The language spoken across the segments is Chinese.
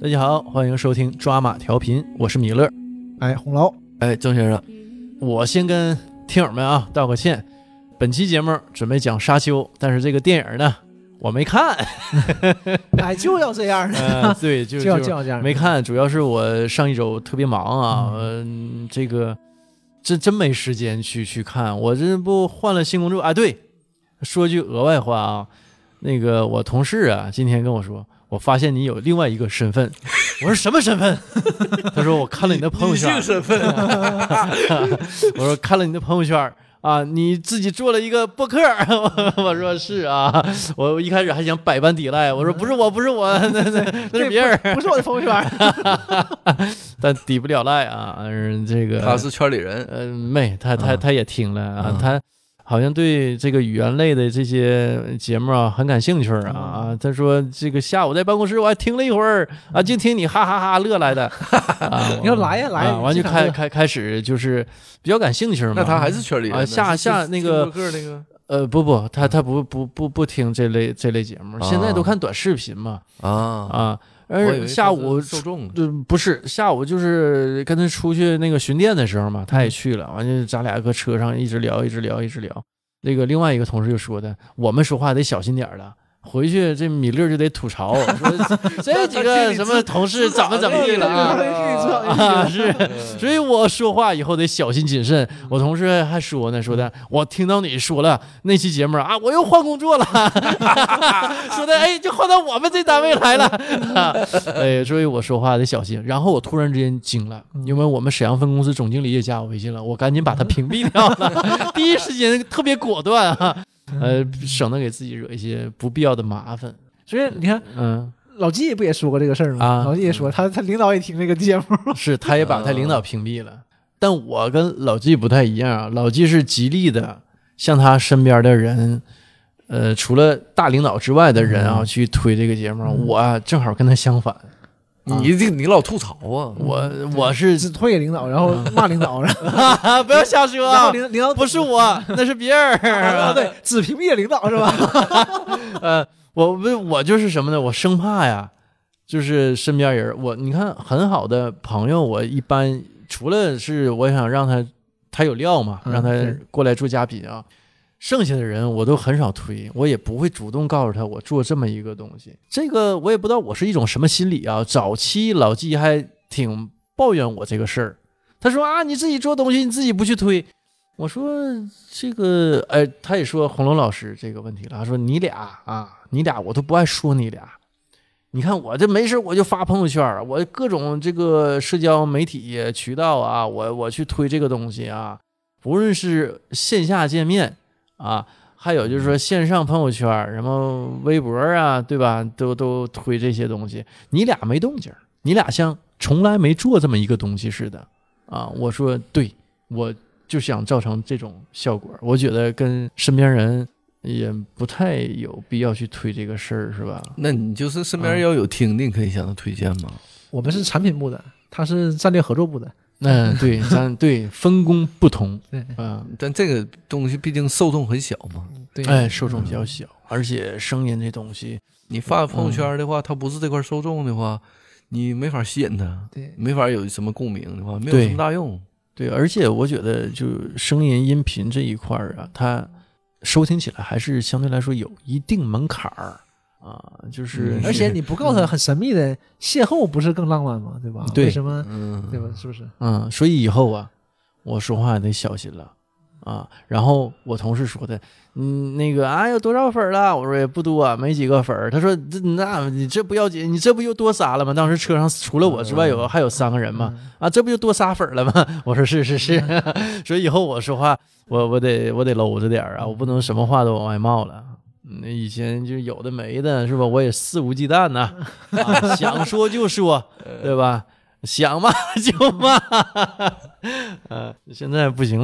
大家好，欢迎收听抓马调频，我是米勒。 哎，红楼， 哎，郑先生， 我先跟听友们啊道个歉，本期节目准备讲沙丘，但是这个电影呢我没看。 哎，就要这样的， 对， 就要这样， 没看，主要是我上一周特别忙啊，这个真没时间去看，我这不换了新工作啊。对，说句额外话啊，那个我同事啊今天跟我说，我发现你有另外一个身份。我说什么身份？他说我看了你的朋友圈。 女性身份。 我说看了你的朋友圈啊，你自己做了一个播客。我说是啊，我一开始还想百般抵赖，我说不是我，那是别人， 不是我的朋友圈。 但抵不了赖啊，这个他是圈里人， 没他也听了啊，他好像对这个语言类的这些节目啊很感兴趣啊。他说这个下午在办公室我还听了一会儿啊，就听你哈哈哈乐来的啊。 你说来呀来呀， 完就开始就是比较感兴趣嘛。 那他还是圈里人啊，下那个不，他不听这类节目，现在都看短视频嘛啊。而下午受众不是下午，就是跟他出去那个巡店的时候嘛，他也去了。完就咱俩搁车上一直聊。那个另外一个同事就说的，我们说话得小心点了，回去这米勒就得吐槽，说这几个什么同事怎么地了啊？是，所以我说话以后得小心谨慎。我同事还说呢，说的我听到你说了那期节目啊，我又换工作了，说的哎，就换到我们这单位来了，哎，所以我说话得小心。然后我突然之间惊了，因为我们沈阳分公司总经理也加我微信了，我赶紧把他屏蔽掉了，第一时间特别果断啊。省得给自己惹一些不必要的麻烦。 所以你看，老纪不也说过这个事儿吗？啊，老纪也说他领导也听这个节目， 是他也把他领导屏蔽了。但我跟老纪不太一样啊，老纪是极力的向他身边的人，除了大领导之外的人啊，去推这个节目。我正好跟他相反。 你老吐槽啊！ 我是只推给领导，然后骂领导， 不要瞎说啊！ 领导不是我，那是别人。 对，只屏蔽领导是吧？ 我就是什么呢？我生怕呀，就是身边人，你看很好的朋友，我一般除了是我想让他有料嘛，让他过来做嘉宾啊。剩下的人我都很少推，我也不会主动告诉他我做这么一个东西。这个我也不知道我是一种什么心理啊。早期老纪还挺抱怨我这个事儿，他说啊，你自己做东西你自己不去推。我说这个他也说红楼老师这个问题了，他说你俩我都不爱说你俩。你看我这没事我就发朋友圈，我各种这个社交媒体渠道啊，我去推这个东西啊，无论是线下见面啊，还有就是说线上朋友圈，什么微博啊，对吧？都推这些东西。你俩没动静，你俩像从来没做这么一个东西似的啊！我说对，我就想造成这种效果。我觉得跟身边人也不太有必要去推这个事儿，是吧？ 那你就是身边要有听的，你可以向他推荐吗？ 我们是产品部的，他是战略合作部的。 对，对分工不同， 对， 但这个东西毕竟受众很小嘛， 对， 受众比较小，而且声音这东西， 你发朋友圈的话，它不是这块受众的话，你没法吸引他， 对， 没法有什么共鸣的话，没有什么大用。 对，而且我觉得就声音音频这一块啊，它收听起来还是相对来说有一定门槛儿。就是， 而且你不告诉他很神秘的邂逅，不是更浪漫吗？对吧？ 对， 为什么？对吧？是不是？ 所以以后啊，我说话也得小心了啊。然后我同事说的，那个有多少粉了？我说也不多，没几个粉。他说那你这不要紧，你这不又多撒了吗？当时车上除了我之外还有3个人嘛，这不就多撒粉了吗？我说是，所以以后我说话我得搂着点啊，我不能什么话都往外冒了。那以前就有的没的是吧？我也肆无忌惮呐，想说就说，对吧？想骂就骂，现在不行了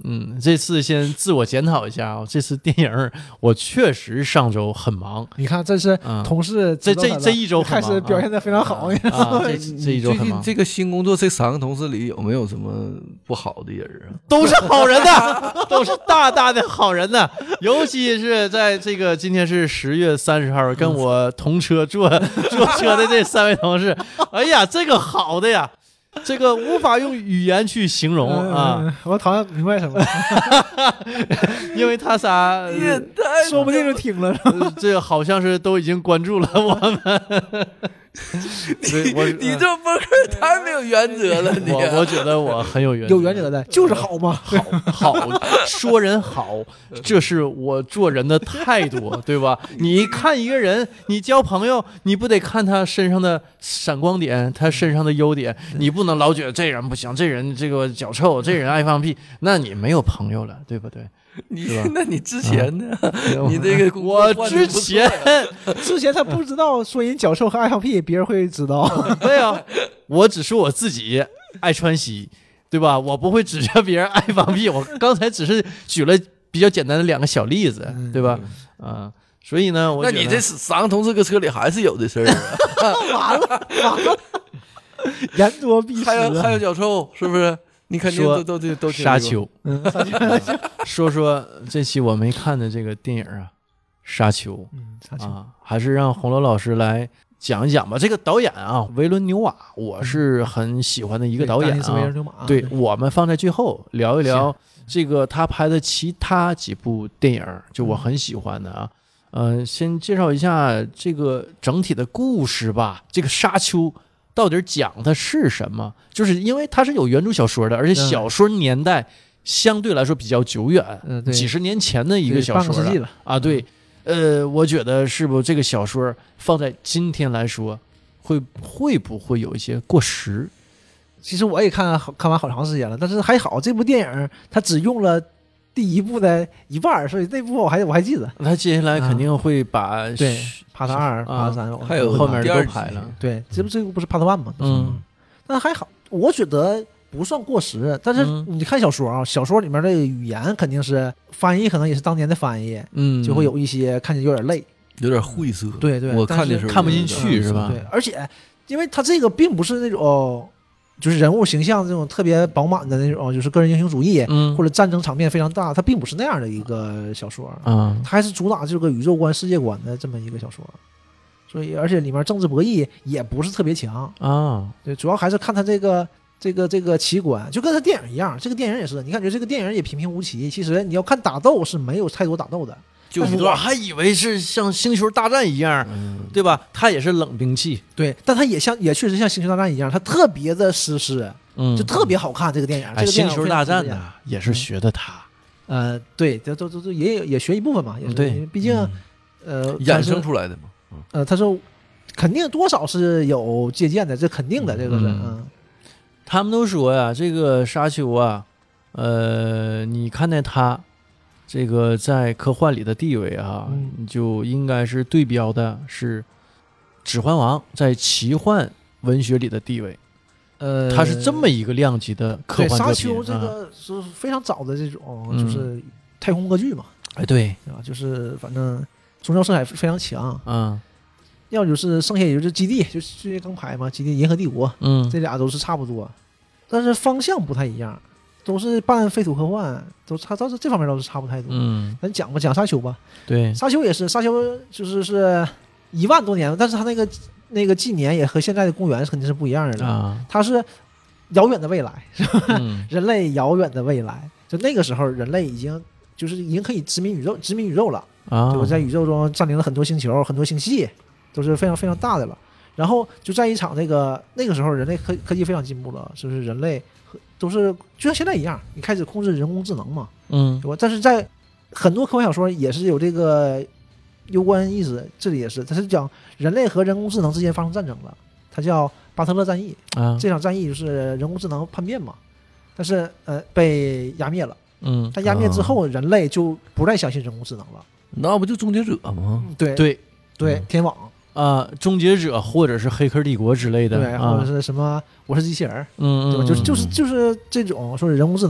这次先自我检讨一下啊，这次电影我确实上周很忙。 你看，这是同事这一周开始表现的非常好。 这一周很忙。 最近这个新工作这3个同事里有没有什么不好的人啊？ 都是好人的，都是大大的好人的。尤其是在这个今天是10月30号，跟我同车坐车的这3位同事，哎呀，这个好的呀。这个无法用语言去形容啊！ 我好像明白什么， 因为他仨说不定就听了。 这好像是都已经关注了我们。 你这播客太没有原则了，你我觉得我很有原则， 有原则的就是好嘛， 好说人好，这是我做人的态度，对吧？你看一个人，你交朋友，你不得看他身上的闪光点，他身上的优点，你不能老觉得这人不行，这人这个脚臭，这人爱放屁，那你没有朋友了，对不对？ 那你之前呢？你这个我之前他不知道说人脚臭和爱放屁，别人会知道。 对啊，我只说我自己爱穿西，对吧？我不会指着别人爱放屁。我刚才只是举了比较简单的2个小例子，对吧？所以呢， 那你这3个同事搁车里还是有的事儿啊。完了，言多必失。 还有脚臭，是不是？你肯定都沙丘，说这期我没看的这个电影啊，沙丘，还是让红楼老师来讲一讲吧。这个导演啊，维伦纽瓦，我是很喜欢的一个导演啊。对，我们放在最后聊一聊这个他拍的其他几部电影，就我很喜欢的啊。先介绍一下这个整体的故事吧。这个沙丘到底讲的是什么？就是因为它是有原著小说的，而且小说年代相对来说比较久远，几十年前的一个小说了啊。对，我觉得是不是这个小说放在今天来说，会不会有一些过时？ 其实我也看完好长时间了，但是还好这部电影它只用了第1部的一半，所以那部我还记得。 他接下来肯定会把对Part 2、Part 3， 还有后面都拍了。 对，这不是 Part 1吗？但还好，我觉得不算过时。但是你看小说啊，小说里面的语言肯定是翻译，可能也是当年的翻译，就会有一些看起来有点累， 有点晦涩。 对， 我看的时候看不进去是吧？ 对，而且因为他这个并不是那种就是人物形象这种特别饱满的那种，就是个人英雄主义，或者战争场面非常大，它并不是那样的一个小说，它还是主打这个宇宙观、世界观的这么一个小说，所以而且里面政治博弈也不是特别强啊。对，主要还是看它这个奇观，就跟它电影一样，这个电影也是，你感觉这个电影也平平无奇，其实你要看打斗是没有太多打斗的。 我还以为是像星球大战一样，对吧？它也是冷兵器， 对，但它也确实像星球大战一样，它特别的实施，就特别好看。这个电影，这个星球大战呢也是学的它， 对，都也学一部分嘛，也是对， 毕竟衍生出来的嘛。 他说肯定多少是有借鉴的，这肯定的，这个是他们都说呀，这个沙丘啊，你看待它。这个在科幻里的地位啊，就应该是对标的是《指环王》在奇幻文学里的地位。它是这么一个量级的科幻作品。 沙丘这个是非常早的这种，就是太空歌剧嘛。 对吧？就是反正宗教色彩非常强。要就是剩下也就是基地，就最近刚拍嘛，基地银河帝国，这俩都是差不多，但是方向不太一样。都是半废土科幻，倒是这方面倒是差不太多。咱讲沙丘吧。 对， 沙丘也是，沙丘是1万多年，但是它那个纪年也和现在的公元肯定是不一样的啊。它是遥远的未来，是吧？人类遥远的未来，就那个时候人类已经可以殖民宇宙了啊！就在宇宙中占领了很多星球、很多星系，都是非常非常大的了。然后就在一场那个时候，人类科技非常进步了，就是人类。都是就像现在一样，你开始控制人工智能嘛，对吧？但是在很多科幻小说也是有这个攸关意识，这里也是，它是讲人类和人工智能之间发生战争了，它叫巴特勒战役啊。这场战役就是人工智能叛变嘛，但是被压灭了。它压灭之后，人类就不再相信人工智能了。 那不就终结者吗？ 对，天网。 终结者或者是黑客帝国之类的， 对，或者是什么我是机器人，对吧？就是这种说人工智能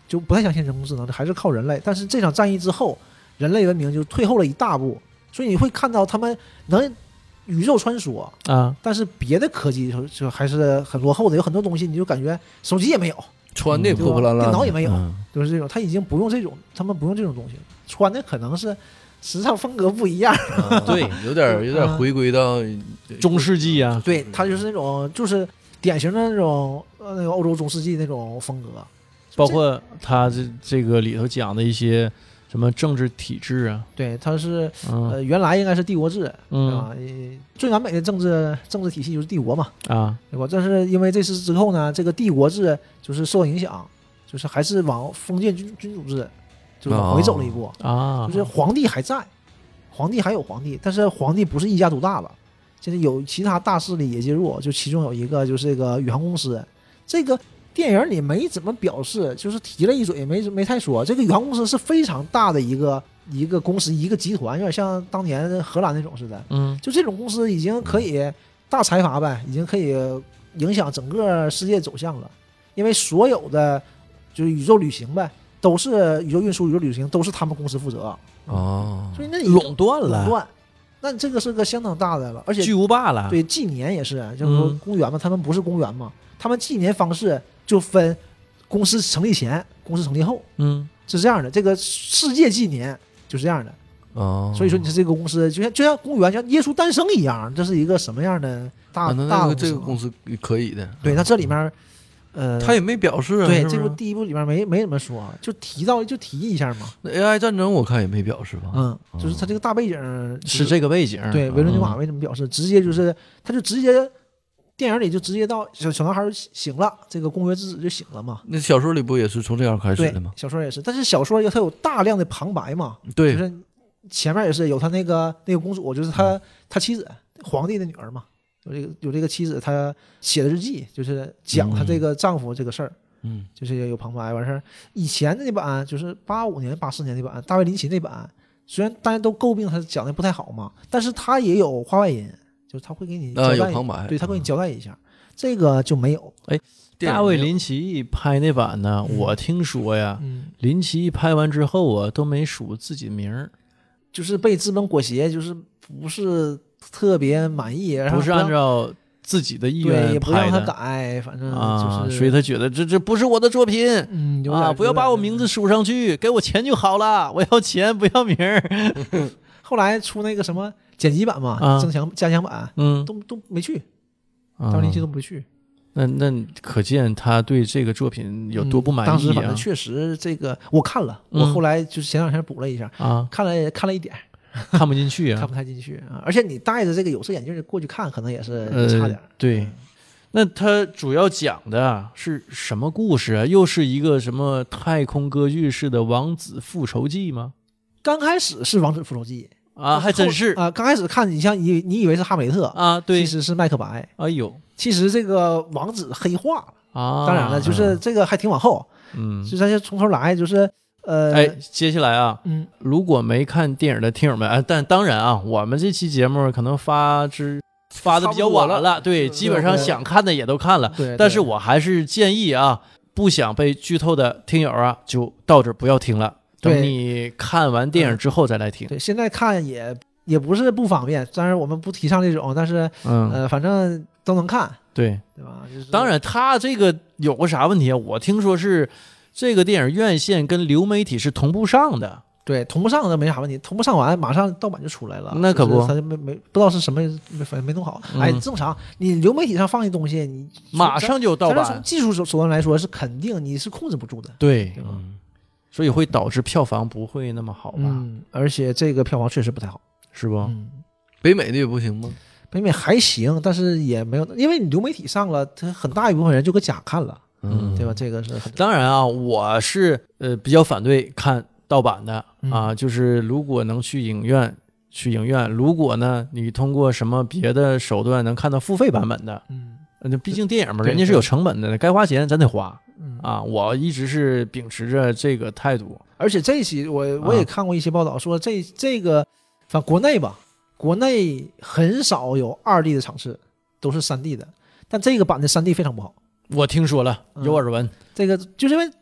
就不太相信人工智能，还是靠人类。但是这场战役之后，人类文明就退后了一大步，所以你会看到他们能宇宙穿梭啊， 但是别的科技就还是很落后的，有很多东西你就感觉手机也没有， 穿的也破破烂烂， 电脑也没有，就是这种，他已经不用这种，他们不用这种东西了，穿的可能是时尚风格不一样， 对，有点回归到中世纪啊， 对，他就是那种就是典型的那种那个欧洲中世纪那种风格， 包括他这个里头讲的一些什么政治体制啊， 对，他是原来应该是帝国制，对吧？最完美的政治体系就是帝国嘛， 啊， 对吧？但是因为这次之后呢，这个帝国制就是受到影响，就是还是往封建君主制，就往回走了一步啊， 就是皇帝还在，皇帝还有皇帝，但是皇帝不是一家独大了，现在有其他大势力也介入，就其中有一个就是这个宇航公司，这个电影里没怎么表示，就是提了一嘴，没太说。这个宇航公司是非常大的一个公司，一个集团，有点像当年荷兰那种似的。就这种公司已经可以大财阀呗，已经可以影响整个世界走向了。因为所有的就是宇宙旅行呗，都是宇宙运输、宇宙旅行都是他们公司负责。所以那垄断了。 垄断。那这个是个相当大的了，而且巨无霸了。 对，纪年也是，就是说公元嘛，他们不是公元嘛，他们纪年方式就分公司成立前、公司成立后，是这样的。这个世界纪年就是这样的。所以说你是这个公司，就像公元，像耶稣诞生一样，这是一个什么样的大公司？ 这个公司可以的。 对，那这里面。 他也没表示啊。 对，这部第一部里面没怎么说，就提一下嘛。 那 AI 战争我看也没表示吧。 就是他这个大背景是这个背景。 对，维伦纽瓦没怎么表示，直接就是他就直接电影里就直接到小男孩醒了，这个公约之子就醒了嘛。 那小说里不也是从这样开始的吗？ 小说也是，但是小说它有大量的旁白嘛。 对， 就是前面也是有他那个公主，就是他妻子皇帝的女儿嘛。有这个妻子，她写的日记，就是讲她这个丈夫这个事儿，就是有旁白完事儿。以前的那版就是85年、84年那版，大卫林奇那版，虽然大家都诟病他讲的不太好嘛，但是他也有话外音，就是他会给你交代， 有旁白， 对他会给你交代一下，这个就没有。 大卫林奇拍那版呢，我听说呀，林奇拍完之后啊，都没数自己名儿， 就是被资本裹挟，就是不是特别满意， 不是按照自己的意愿拍的， 对，也不让他改，反正就是所以他觉得这不是我的作品，不要把我名字输上去，给我钱就好了，我要钱不要名儿。 后来出那个什么剪辑版嘛，加强版，都没去，大卫林奇都没去。 那可见他对这个作品有多不满意啊！ 当时反正确实这个我看了，我后来就是前两天补了一下看了一点。 看不进去啊， 看不太进去啊！而且你戴着这个有色眼镜过去看，可能也是差点。 对，那它主要讲的是什么故事啊？又是一个什么太空歌剧式的王子复仇记吗？ 刚开始是王子复仇记啊，还真是啊！刚开始看你像你以为是哈姆雷特啊，对， 其实是麦克白。 哎呦， 其实这个王子黑化了啊！ 当然了，就是这个还挺往后，就咱就从头来，就是。 接下来啊，如果没看电影的听友们，但当然啊，我们这期节目可能发的比较晚了，对，基本上想看的也都看了， 对， 但是我还是建议啊，不想被剧透的听友啊，就到这不要听了，等你看完电影之后再来听。 对，现在看也不是不方便，当然我们不提倡这种，但是反正都能看， 对吧？ 当然，他这个有个啥问题啊？我听说是。这个电影院线跟流媒体是同步上的， 对，同步上的没啥问题，同步上完马上盗版就出来了， 那可不， 他就没不知道是什么，反正没弄好。正常，你流媒体上放的东西，你马上就盗版。 从技术手段来说，是肯定你是控制不住的， 对，所以会导致票房不会那么好吧？ 而且这个票房确实不太好， 是不？ 北美的也不行吗？ 北美还行，但是也没有，因为你流媒体上了，他很大一部分人就搁家看了。对吧？这个是当然啊，我是比较反对看盗版的啊，就是如果能去影院，如果呢你通过什么别的手段能看到付费版本的，那毕竟电影嘛，人家是有成本的，该花钱咱得花啊。我一直是秉持着这个态度， 而且这期我也看过一些报道说这个反正国内吧，国内很少有2D 的场次，都是3D 的，但这个版的3D 非常不好。 我听说了，有耳闻。 这个就是因为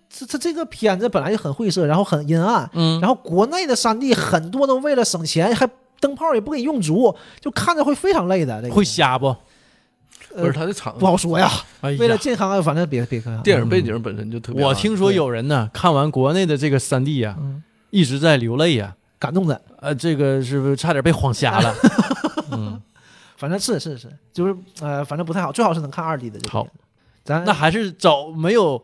这个片子本来就很晦涩，然后很阴暗，然后国内的3D 很多都为了省钱，还灯泡也不给你用足，就看着会非常累的。这个、 会瞎不？ 不是他的场不好说呀。 为了健康，反正别看。 电影背景本身就特别。 我听说有人呢，看完国内的这个3D 呀，一直在流泪呀， 感动的。 这个是不是差点被晃瞎了？ 反正是，就是反正不太好，最好是能看2D 的。 好，那还是找没有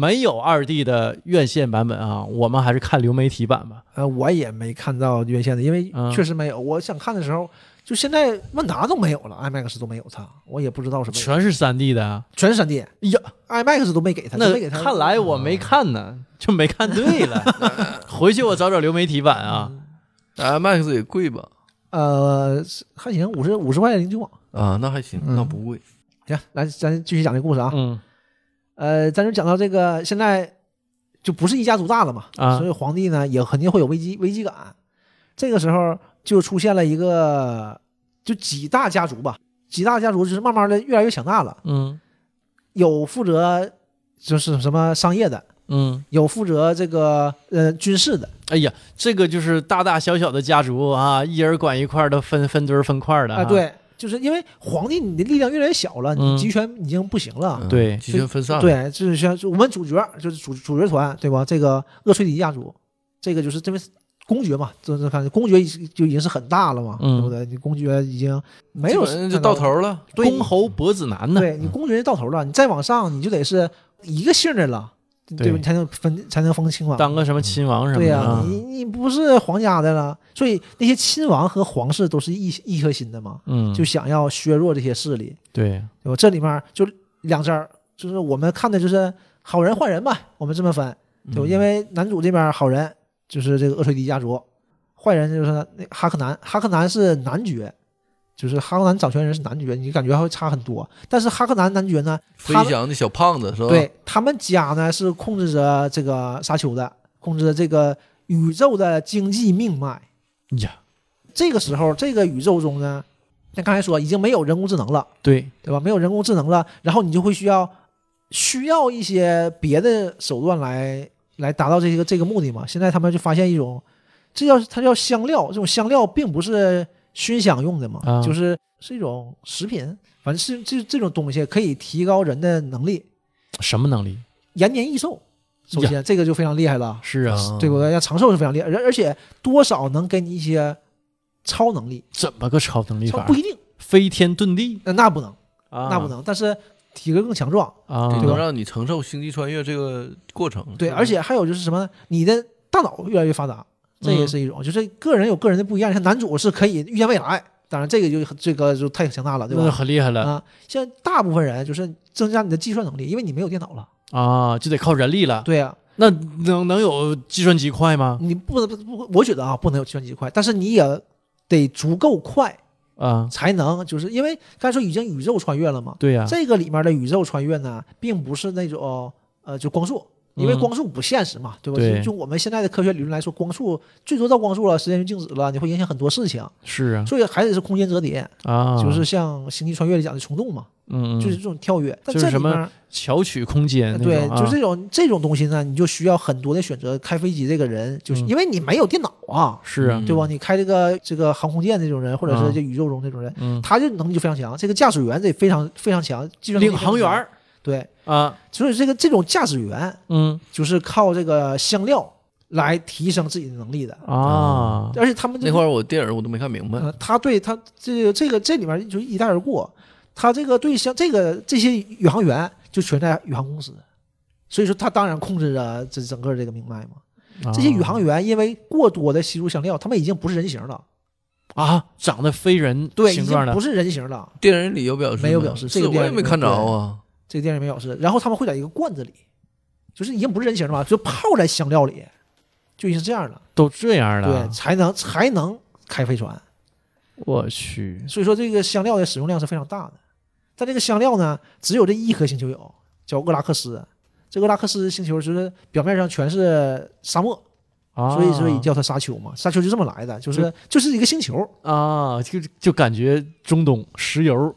2D 的院线版本啊，我们还是看流媒体版吧。 我也没看到院线的，因为确实没有。我想看的时候，就现在万达都没有了 ，IMAX 都没有它，我也不知道什么。 全是3D 的， 全是3D。 呀 ，IMAX 都没给他， 那看来我没看呢，就没看对了。回去我找流媒体版啊。 IMAX 也贵吧？ 还行，50块零9网啊，那还行，那不贵。 行，来，咱继续讲这故事啊。咱就讲到这个，现在就不是一家独大了嘛，所以皇帝呢也肯定会有危机感。这个时候就出现了一个，就几大家族吧，几大家族就是慢慢的越来越强大了。有负责就是什么商业的，有负责这个军事的。 哎呀，这个就是大小小的家族啊，一人管一块的，分堆分块的啊。 对，就是因为皇帝你的力量越来越小了，你集权已经不行了。 对， 集权分散了。 对，就是像我们主角就是主角团，对吧？这个厄崔迪家族，这个就是这位公爵嘛，就是看公爵就已经是很大了嘛，对不对？你公爵已经没有就到头了， 公侯伯子男呢。 对，你公爵到头了，你再往上你就得是一个姓的了。对吧？你才能封亲王， 当个什么亲王什么的。 对呀，你不是皇家的了，所以那些亲王和皇室都是一颗心的嘛。就想要削弱这些势力。 对吧？这里面就两招，就是我们看的就是好人坏人吧，我们这么分。对吧？因为男主这边好人就是这个厄崔迪家族，坏人就是那哈克南。哈克南是男爵。就是哈克南掌权人是男爵，你感觉还会差很多。但是哈克南男爵呢， 飞翔的小胖子是吧？ 对，他们家呢是控制着这个沙丘的，控制着这个宇宙的经济命脉。 呀， 这个时候，这个宇宙中呢，像刚才说已经没有人工智能了，对吧？没有人工智能了，然后你就会需要一些别的手段来达到这个目的嘛。现在他们就发现一种，它叫香料，这种香料并不是熏香用的嘛，就是一种食品，反正是这种东西可以提高人的能力。 什么能力？ 延年益寿。首先这个就非常厉害了。 是啊， 对不对？要长寿是非常厉害，而且多少能给你一些超能力。 怎么个超能力法？ 不一定飞天遁地， 那不能，那不能。但是体格更强壮啊， 能让你承受星际穿越这个过程。 对，而且还有就是什么，你的大脑越来越发达。这也是一种，就是个人有个人的不一样。像男主是可以预见未来，当然这个就太强大了，对吧？ 很厉害了啊！像大部分人就是增加你的计算能力，因为你没有电脑了啊，就得靠人力了。 对呀， 那能有计算机快吗？ 你不，我觉得啊，不能有计算机快，但是你也得足够快啊， 才能就是因为刚才说已经宇宙穿越了嘛。 对呀， 这个里面的宇宙穿越呢，并不是那种就光速。因为光速不现实嘛，对吧？就我们现在的科学理论来说，光速最多到光速了，时间就静止了，你会影响很多事情。 是啊， 所以还得是空间折叠啊， 就是像星际穿越里讲的虫洞嘛，就是这种跳跃。但就是什么巧取空间， 对，就是这种东西呢，你就需要很多的选择。开飞机这个人，就是因为你没有电脑啊， 是啊， 对吧？你开这个航空舰这种人，或者是这宇宙中这种人，他就能力就非常强。这个驾驶员得非常非常强， 领航员。 对啊， 所以这种驾驶员，就是靠这个香料来提升自己的能力的啊。 而且他们那会儿我电影我都没看明白。 他对他这里面就一带而过，他这个对像这些宇航员就全在宇航公司，所以说他当然控制着这整个这个命脉嘛。这些宇航员因为过多的吸入香料，他们已经不是人形了啊，长得非人形状的， 已经不是人形了。 电影里有表示没有表示？这个我也没看着啊。 这个电影没表示，然后他们会在一个罐子里，就是已经不是人形了嘛，就泡在香料里，就已经是这样了， 都这样了， 对，才能开飞船。 我去， 所以说这个香料的使用量是非常大的。但这个香料呢，只有这一颗星球有，叫厄拉克斯。这个厄拉克斯星球就是表面上全是沙漠，所以叫它沙丘嘛。沙丘就这么来的，就是一个星球啊，就感觉中东石油。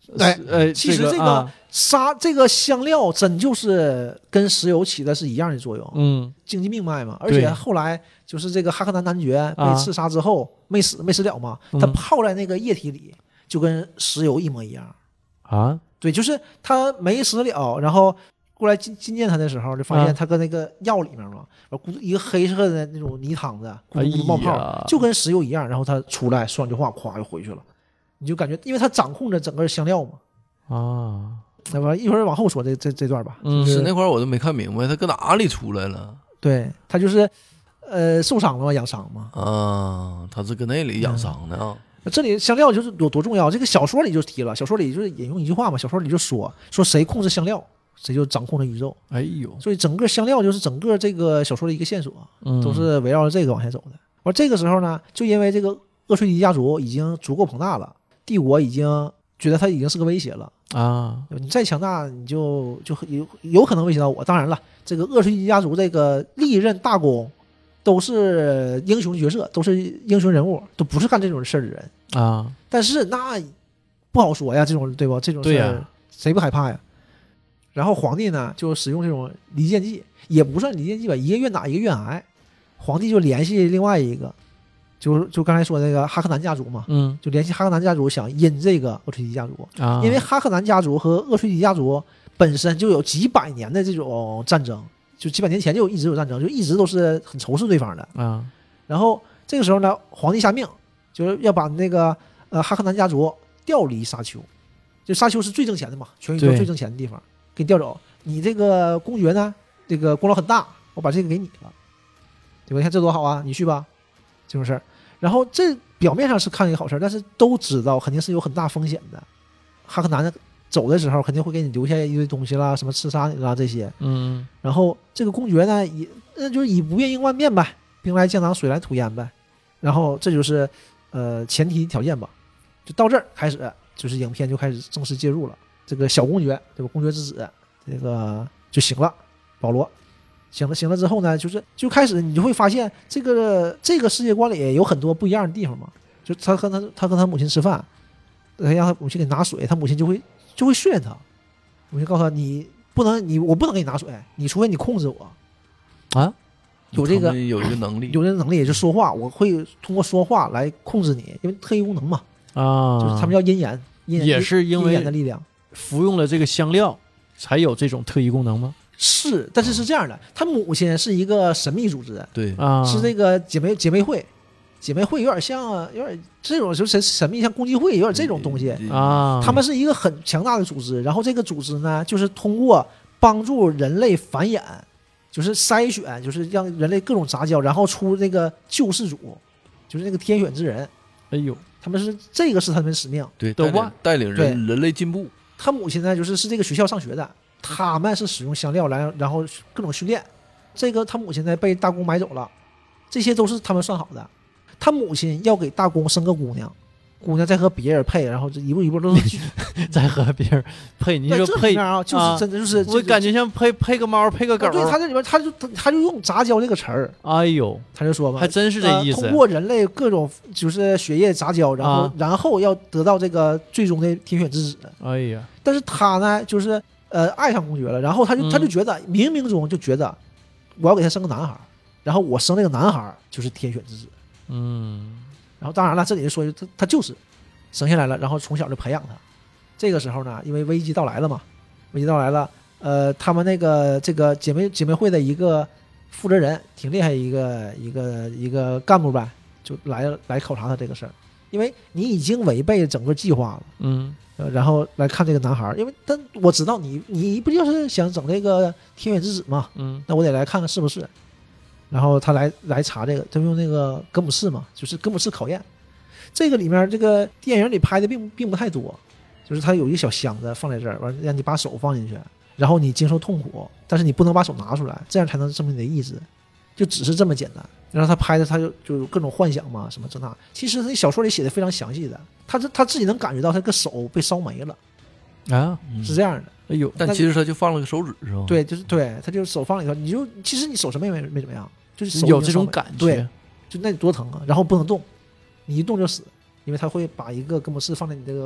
其实这个这个香料真就是跟石油起的是一样的作用，经济命脉嘛。而且后来就是这个哈克南男爵被刺杀之后没死了嘛，他泡在那个液体里就跟石油一模一样啊。 对，就是他没死了，然后过来觐见他的时候，就发现他跟那个药里面嘛，一个黑色的那种泥汤子，咕噜咕噜冒泡，就跟石油一样。然后他出来说两句话，咵就回去了。你就感觉，因为他掌控着整个香料嘛。啊，那么一会儿往后说这段吧。 是那块儿我都没看明白，他搁哪里出来了？ 对，他就是受伤了嘛，养伤嘛。 啊，他是搁那里养伤的啊。 这里香料就是有多重要，这个小说里就提了，小说里就是引用一句话嘛，小说里就说谁控制香料，谁就掌控了宇宙。 哎呦， 所以整个香料就是整个这个小说的一个线索，都是围绕着这个往下走的。而这个时候呢，就因为这个厄崔迪家族已经足够庞大了，帝国已经觉得他已经是个威胁了啊！你再强大，你就有可能威胁到我。当然了，这个厄崔迪家族这个历任大公都是英雄角色，都是英雄人物，都不是干这种事儿的人啊。但是那不好说呀，这种对吧？这种事儿谁不害怕呀？然后皇帝呢就使用这种离间计，也不算离间计吧，一个愿打一个愿挨。皇帝就联系另外一个，就刚才说那个哈克南家族嘛，就联系哈克南家族想阴这个厄崔迪家族啊，因为哈克南家族和厄崔迪家族本身就有几百年的这种战争。就几百年前就一直有战争，就一直都是很仇视对方的啊。然后这个时候呢，皇帝下命就是要把那个哈克南家族调离沙丘，就沙丘是最挣钱的嘛，全宇宙最挣钱的地方，给你调走。你这个公爵呢，这个功劳很大，我把这个给你了，对吧？你看这多好啊，你去吧，这种事儿。然后这表面上是看一个好事，但是都知道肯定是有很大风险的。哈克南走的时候肯定会给你留下一堆东西啦，什么刺杀你啦这些，然后这个公爵呢，就是以不变应万变呗，兵来将挡，水来土掩呗，然后这就是前提条件吧，就到这儿开始，就是影片就开始正式介入了。这个小公爵，对吧？公爵之子，这个就醒了，保罗醒了之后呢，就开始你就会发现这个世界观里有很多不一样的地方嘛，就他跟他母亲吃饭，让他母亲给拿水，他母亲就会训练他，我就告诉他我不能给你拿水，你除非你控制我啊，有一个能力，也就是说话，我会通过说话来控制你，因为特异功能嘛啊，就是他们叫阴言， 也是因为阴言的力量， 服用了这个香料才有这种特异功能吗？ 是，但是是这样的，他母亲是一个神秘组织， 对啊， 是这个姐妹会。姐妹会有点这种就是神秘，像共济会有点这种东西啊。他们是一个很强大的组织，然后这个组织呢，就是通过帮助人类繁衍，就是筛选，就是让人类各种杂交，然后出那个救世主，就是那个天选之人。 哎呦， 他们是这个是他们的使命， 对，带领人类进步。 他母亲呢，是这个学校上学的，他们是使用香料来，然后各种训练。这个他母亲呢被大公买走了，这些都是他们算好的。他母亲要给大公生个姑娘再和别人配，然后这一步一步都是再和别人配。你说配啊，就是真的就是， 我感觉像配个猫配个狗。 对，他这里边他就用杂交这个词儿。 哎呦， 他就说嘛， 还真是这意思。 通过人类各种就是血液杂交，然后要得到这个最终的天选之子。 哎呀， 但是他呢，就是爱上公爵了，然后他就觉得冥冥中就觉得我要给他生个男孩，然后我生这个男孩就是天选之子。然后当然了，这里就说他就是生下来了，然后从小就培养他。这个时候呢，因为危机到来了，他们这个姐妹会的一个负责人挺厉害，一个干部呗，就来考察他这个事儿，因为你已经违背整个计划了，然后来看这个男孩，因为但我知道你不就是想整这个天选之子嘛，那我得来看看是不是。然后他来查这个，他用那个格姆士嘛，就是格姆士考验。这个里面这个电影里拍的并不太多，就是他有一个小箱子放在这儿，完让你把手放进去，然后你经受痛苦，但是你不能把手拿出来，这样才能证明你的意志，就只是这么简单。然后他拍的他就有各种幻想嘛，什么这那。其实他小说里写的非常详细的，他自己能感觉到他个手被烧没了啊，是这样的。 哎呦， 但其实他就放了个手指是吧？ 对，就是对，他就手放里头，其实你手什么也没怎么样，就是手有这种感觉， 对，就那多疼啊！然后不能动，你一动就死，因为他会把一个格姆士放在你这个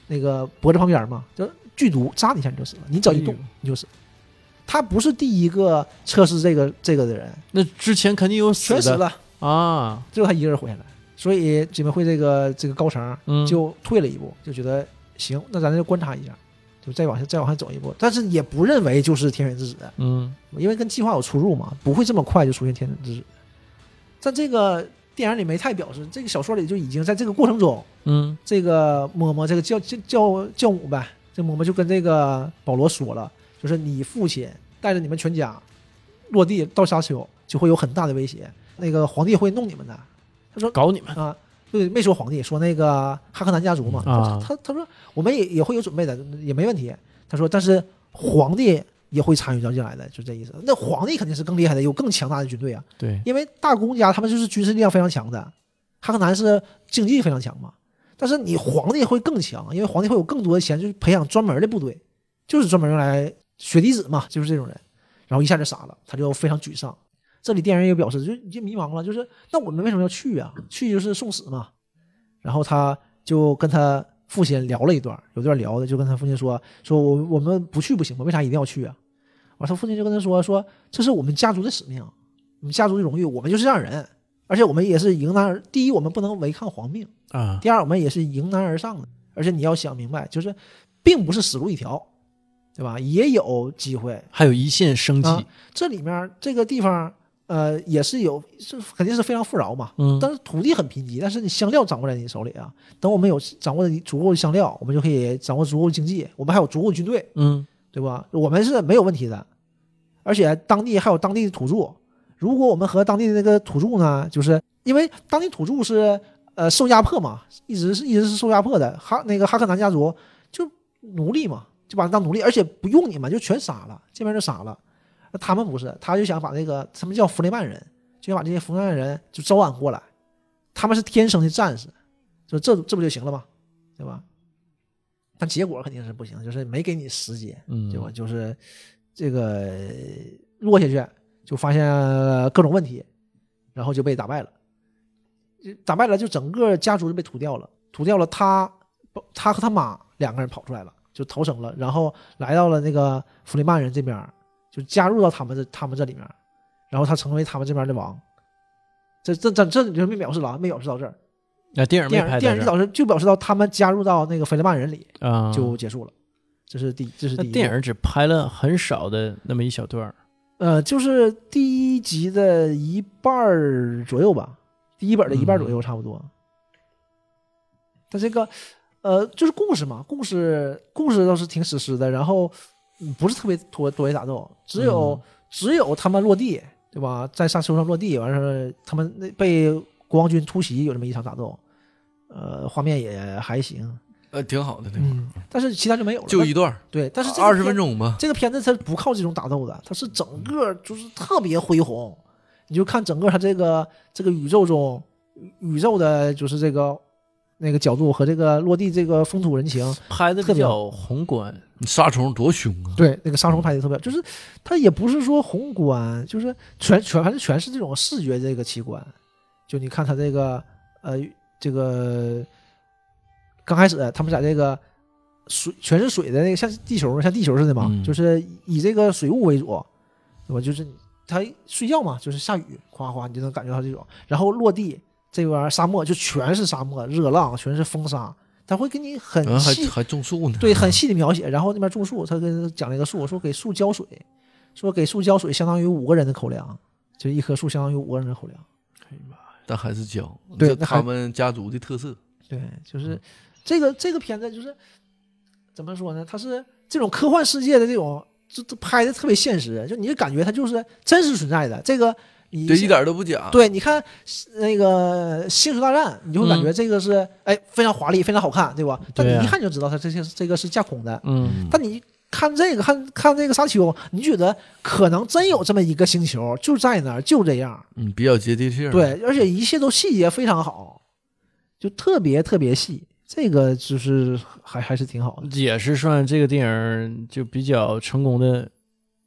那个脖子旁边嘛，就剧毒扎你一下你就死了，你只要一动你就死。他不是第一个测试这个的人， 那之前肯定有死的， 全死了啊， 最后他一个人活下来。所以姐妹会这个高层就退了一步，就觉得行，那咱就观察一下，就再往下走一步，但是也不认为就是天选之子，因为跟计划有出入嘛，不会这么快就出现天选之子。在这个电影里没太表示，这个小说里就已经在这个过程中，这个嬷嬷这个教母呗，这嬷嬷就跟这个保罗说了，就是你父亲带着你们全家落地到沙丘就会有很大的威胁，那个皇帝会弄你们的。他说搞你们啊，对，没说皇帝，说那个哈克南家族嘛。他说我们也会有准备的，也没问题。他说但是皇帝也会参与到进来的，就这意思。那皇帝肯定是更厉害的，有更强大的军队啊。 对， 因为大公家他们就是军事力量非常强的，哈克南是经济非常强嘛。但是你皇帝会更强，因为皇帝会有更多的钱去培养专门的部队，就是专门用来血滴子嘛，就是这种人。然后一下就傻了，他就非常沮丧。这里电影也表示就迷茫了，就是那我们为什么要去啊？去就是送死嘛。然后他就跟他父亲聊了一段，有段聊的就跟他父亲说我们不去不行吗？为啥一定要去啊？完他父亲就跟他说这是我们家族的使命，我们家族的荣誉，我们就是这样人，而且我们也是迎难而第一我们不能违抗皇命啊，第二我们也是迎难而上的，而且你要想明白，就是并不是死路一条，对吧？也有机会， 还有一线生机。 这里面这个地方。也是肯定是非常富饶嘛，但是土地很贫瘠，但是你香料掌握在你手里啊。等我们有掌握足够的香料，我们就可以掌握足够的经济，我们还有足够的军队，对吧？我们是没有问题的，而且当地还有当地的土著。如果我们和当地的那个土著呢，就是因为当地土著是受压迫嘛，一直是受压迫的。那个哈克南家族就奴隶嘛，就把他当奴隶，而且不用你们就全杀了，这边就杀了。他们不是，他就想把那个他们叫弗雷曼人，就想把这些弗雷曼人就招揽过来，他们是天生的战士，就这不就行了吗？对吧？但结果肯定是不行，就是没给你时间，对吧？就是这个落下去就发现各种问题，然后就被打败了，就整个家族就被屠掉了，他和他妈两个人跑出来了，就逃生了，然后来到了那个弗雷曼人这边。就加入到他们这里面，然后他成为他们这边的王。这就没表示了，没表示到这儿。 电影就表示到他们加入到那个弗雷曼人里就结束了。这是第一。 电影只拍了很少的那么一小段。 就是第一集的一半左右吧，第一本的一半左右差不多。他这个就是故事嘛，故事倒是挺史诗的，然后。不是特别多维打斗，只有他们落地，对吧？在沙丘上落地，完事他们被国王军突袭，有这么一场打斗，画面也还行， 挺好的那但是其他就没有了， 就一段， 对，但是 20分钟吧。 这个片子它不靠这种打斗的，它是整个就是特别恢宏，你就看整个它这个宇宙的，就是这个。那个角度和这个落地这个风土人情拍的比较宏观， 杀虫多凶啊！ 对，那个杀虫拍的特别，就是它也不是说宏观，就是反正全是这种视觉这个奇观。就你看它这个这个刚开始他们在这个水全是水的那个像地球似的嘛，就是以这个水雾为主，对吧？就是它睡觉嘛，就是下雨哗哗你就能感觉到这种，然后落地。这边沙漠就全是沙漠，热浪全是风沙，他会给你很细， 还种树呢， 对，很细的描写。然后那边种树，他跟讲那个树，说给树浇水，说给树浇水相当于5个人的口粮，就一棵树相当于5个人的口粮。 哎呀妈呀！但还是浇， 对， 他们家族的特色。 对，就是这个片子就是怎么说呢？它是这种科幻世界的这种，这拍的特别现实，就你就感觉它就是真实存在的这个。 对，一点都不假。 对，你看那个《星球大战》，你就会感觉这个是非常华丽、非常好看，对吧？但你一看就知道它这个是架空的。但你看这个看这个沙丘，你觉得可能真有这么一个星球就在那儿，就这样。 比较接地气。 对，而且一切都细节非常好，就特别特别细。这个就是还是挺好的， 也是算这个电影就比较成功的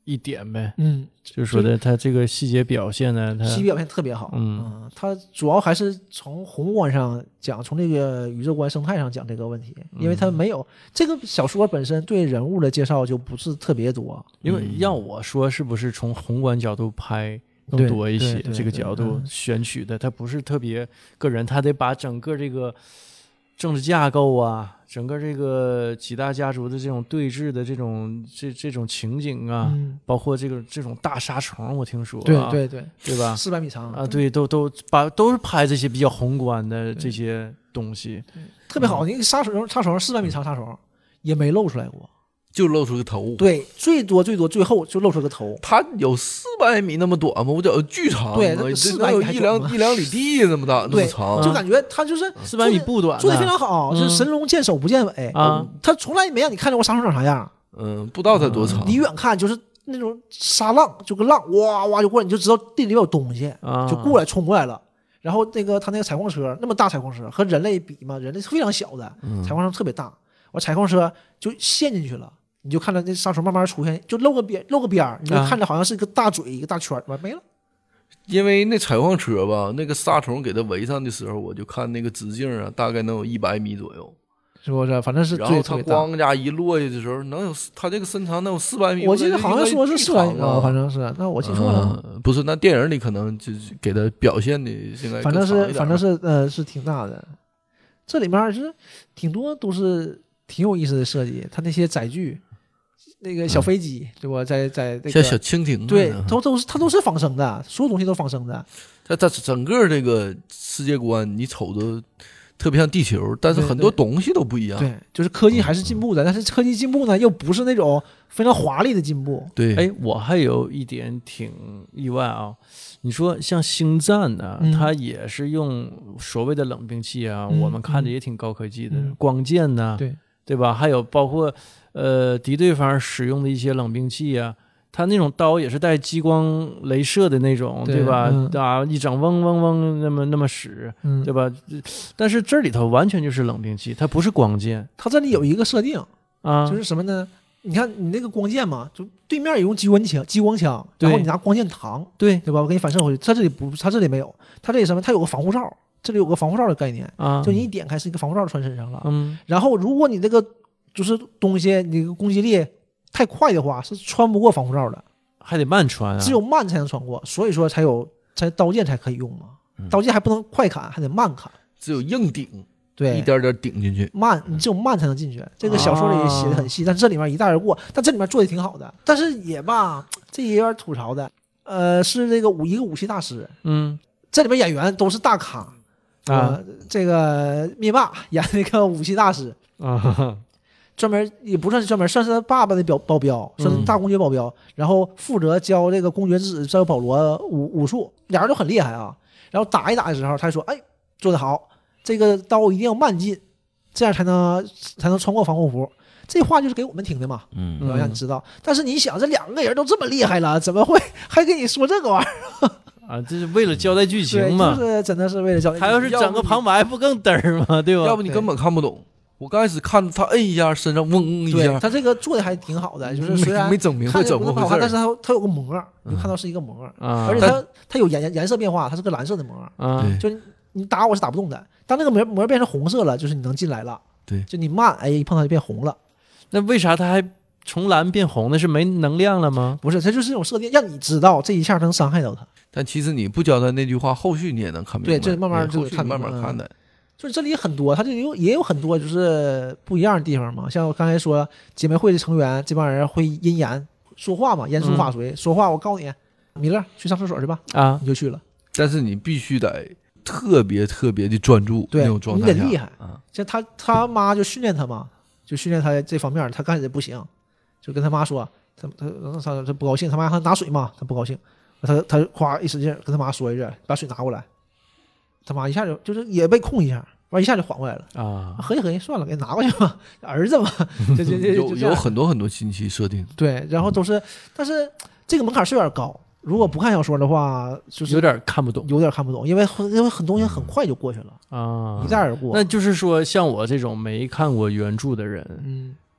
一点呗。就是说的，它这个细节表现呢， 细节表现特别好。它主要还是从宏观上讲，从这个宇宙观生态上讲这个问题，因为它没有这个小说本身对人物的介绍就不是特别多。 因为让我说，是不是从宏观角度拍更多一些？这个角度选取的，它不是特别个人，他得把整个这个政治架构啊，整个这个几大家族的这种对峙的这种情景啊，包括这种大沙虫，我听说、啊， 对吧 ？400米长啊，对，都是拍这些比较宏观的这些东西， 特别好。那个沙虫400米长沙虫也没露出来过。 就露出个头， 对，最多最后就露出个头。 它有400米那么短吗？我觉得巨长， 对， 那有一两里地那么大，那么长， 就感觉它就是 400米不短， 做的非常好，就是神龙见首不见尾啊。 它从来没让你看见过沙虫长啥样， 不知道它多长。 你远看就是那种沙浪，就个浪哇哇就过来，你就知道地里面有东西，就过来冲过来了。然后它那个采矿车那么大，采矿车和人类比嘛，人类是非常小的，采矿车特别大，我采矿车就陷进去了。你就看着那沙虫慢慢出现，就露个边你就看着好像是一个大嘴一个大圈，完没了。 因为那采矿车吧，那个沙虫给它围上的时候，我就看那个直径啊，大概能有100米左右， 是不是？反正是最然后它咣家一落下的时候，能有它这个身长能有400米。 我记得好像说是400米啊，反正是，那我记错了。 不是，那电影里可能就给它表现的应该反正是是挺大的。这里面是挺多都是挺有意思的设计，它那些载具。那个小飞机，对吧？在那个像小蜻蜓， 对，它都是仿生的，所有东西都仿生的。 它整个这个世界观，你瞅着特别像地球，但是很多东西都不一样。 对，就是科技还是进步的，但是科技进步呢，又不是那种非常华丽的进步。 对， 哎，我还有一点挺意外啊，你说像星战呢，它也是用所谓的冷兵器啊，我们看着也挺高科技的，光剑呢，对吧？还有包括敌对方使用的一些冷兵器啊，它那种刀也是带激光镭射的那种，对吧？一整嗡嗡嗡那么使，对吧？但是这里头完全就是冷兵器，它不是光剑。 它这里有一个设定啊， 就是什么呢？你看你那个光剑嘛，就对面也用激光枪，然后你拿光剑膛，对吧？我给你反射回去。它这里没有，它这里什么？它有个防护罩，这里有个防护罩的概念啊，就你一点开是一个防护罩穿身上了。然后如果你这个就是东西，你攻击力太快的话，是穿不过防护罩的， 还得慢穿啊， 只有慢才能穿过，所以说才刀剑才可以用嘛。刀剑还不能快砍，还得慢砍， 只有硬顶， 对， 一点点顶进去， 你只有慢才能进去。这个小说里写的很细，但这里面一带而过，但这里面做的挺好的，但是也吧，这也有点吐槽的。是这个一个武器大师，这里面演员都是大咖啊，这个灭霸演那个武器大师啊。 专门也不算是专门，算是他爸爸的保镖，算是大公爵保镖，然后负责教这个公爵之子塞保罗武术，俩人都很厉害啊。然后打一打的时候，他说：“哎，做得好，这个刀一定要慢进，这样才能穿过防护服。”这话就是给我们听的嘛，让你知道。但是你想，这两个人都这么厉害了，怎么会还跟你说这个玩意儿？ 啊，这是为了交代剧情嘛？ 就是真的是为了交代剧情。 他要是整个旁白，不更嘚儿吗？对吧？ 要不你根本看不懂。我刚开始看他摁一下，身上嗡一下， 他这个做的还挺好的，就是虽然没整明白怎么回事， 但是他有个膜，你看到是一个膜，而且它有颜色变化，它是个蓝色的膜，就你打我是打不动的。当那个膜变成红色了，就是你能进来了。 对， 就你慢，一碰它就变红了。 那为啥它还从蓝变红呢？是没能量了吗？ 不是，它就是这种设定，让你知道这一下能伤害到它。 但其实你不交代那句话，后续你也能看明白。 对，这慢慢就看慢慢看的。 就是这里很多，它这里也有很多就是不一样的地方嘛。像我刚才说，姐妹会的成员这帮人会阴言说话嘛，言出法随，说话。我告诉你，米勒去上厕所去吧，你就去了。 但是你必须得特别的专注，那种状态下， 你得厉害啊。像他妈就训练他嘛，就训练他这方面，他刚开始不行，就跟他妈说，他不高兴，他妈让他拿水嘛，他不高兴，他夸一使劲跟他妈说一句，把水拿过来。他妈一下就是也被控一下，完一下就缓过来了啊！合计算了，给拿过去吧，儿子嘛， 有很多信息设定， 对，然后都是，但是这个门槛是有点高，如果不看小说的话，就是有点看不懂， 因为很多东西很快就过去了啊，一带而过。 那就是说，像我这种没看过原著的人，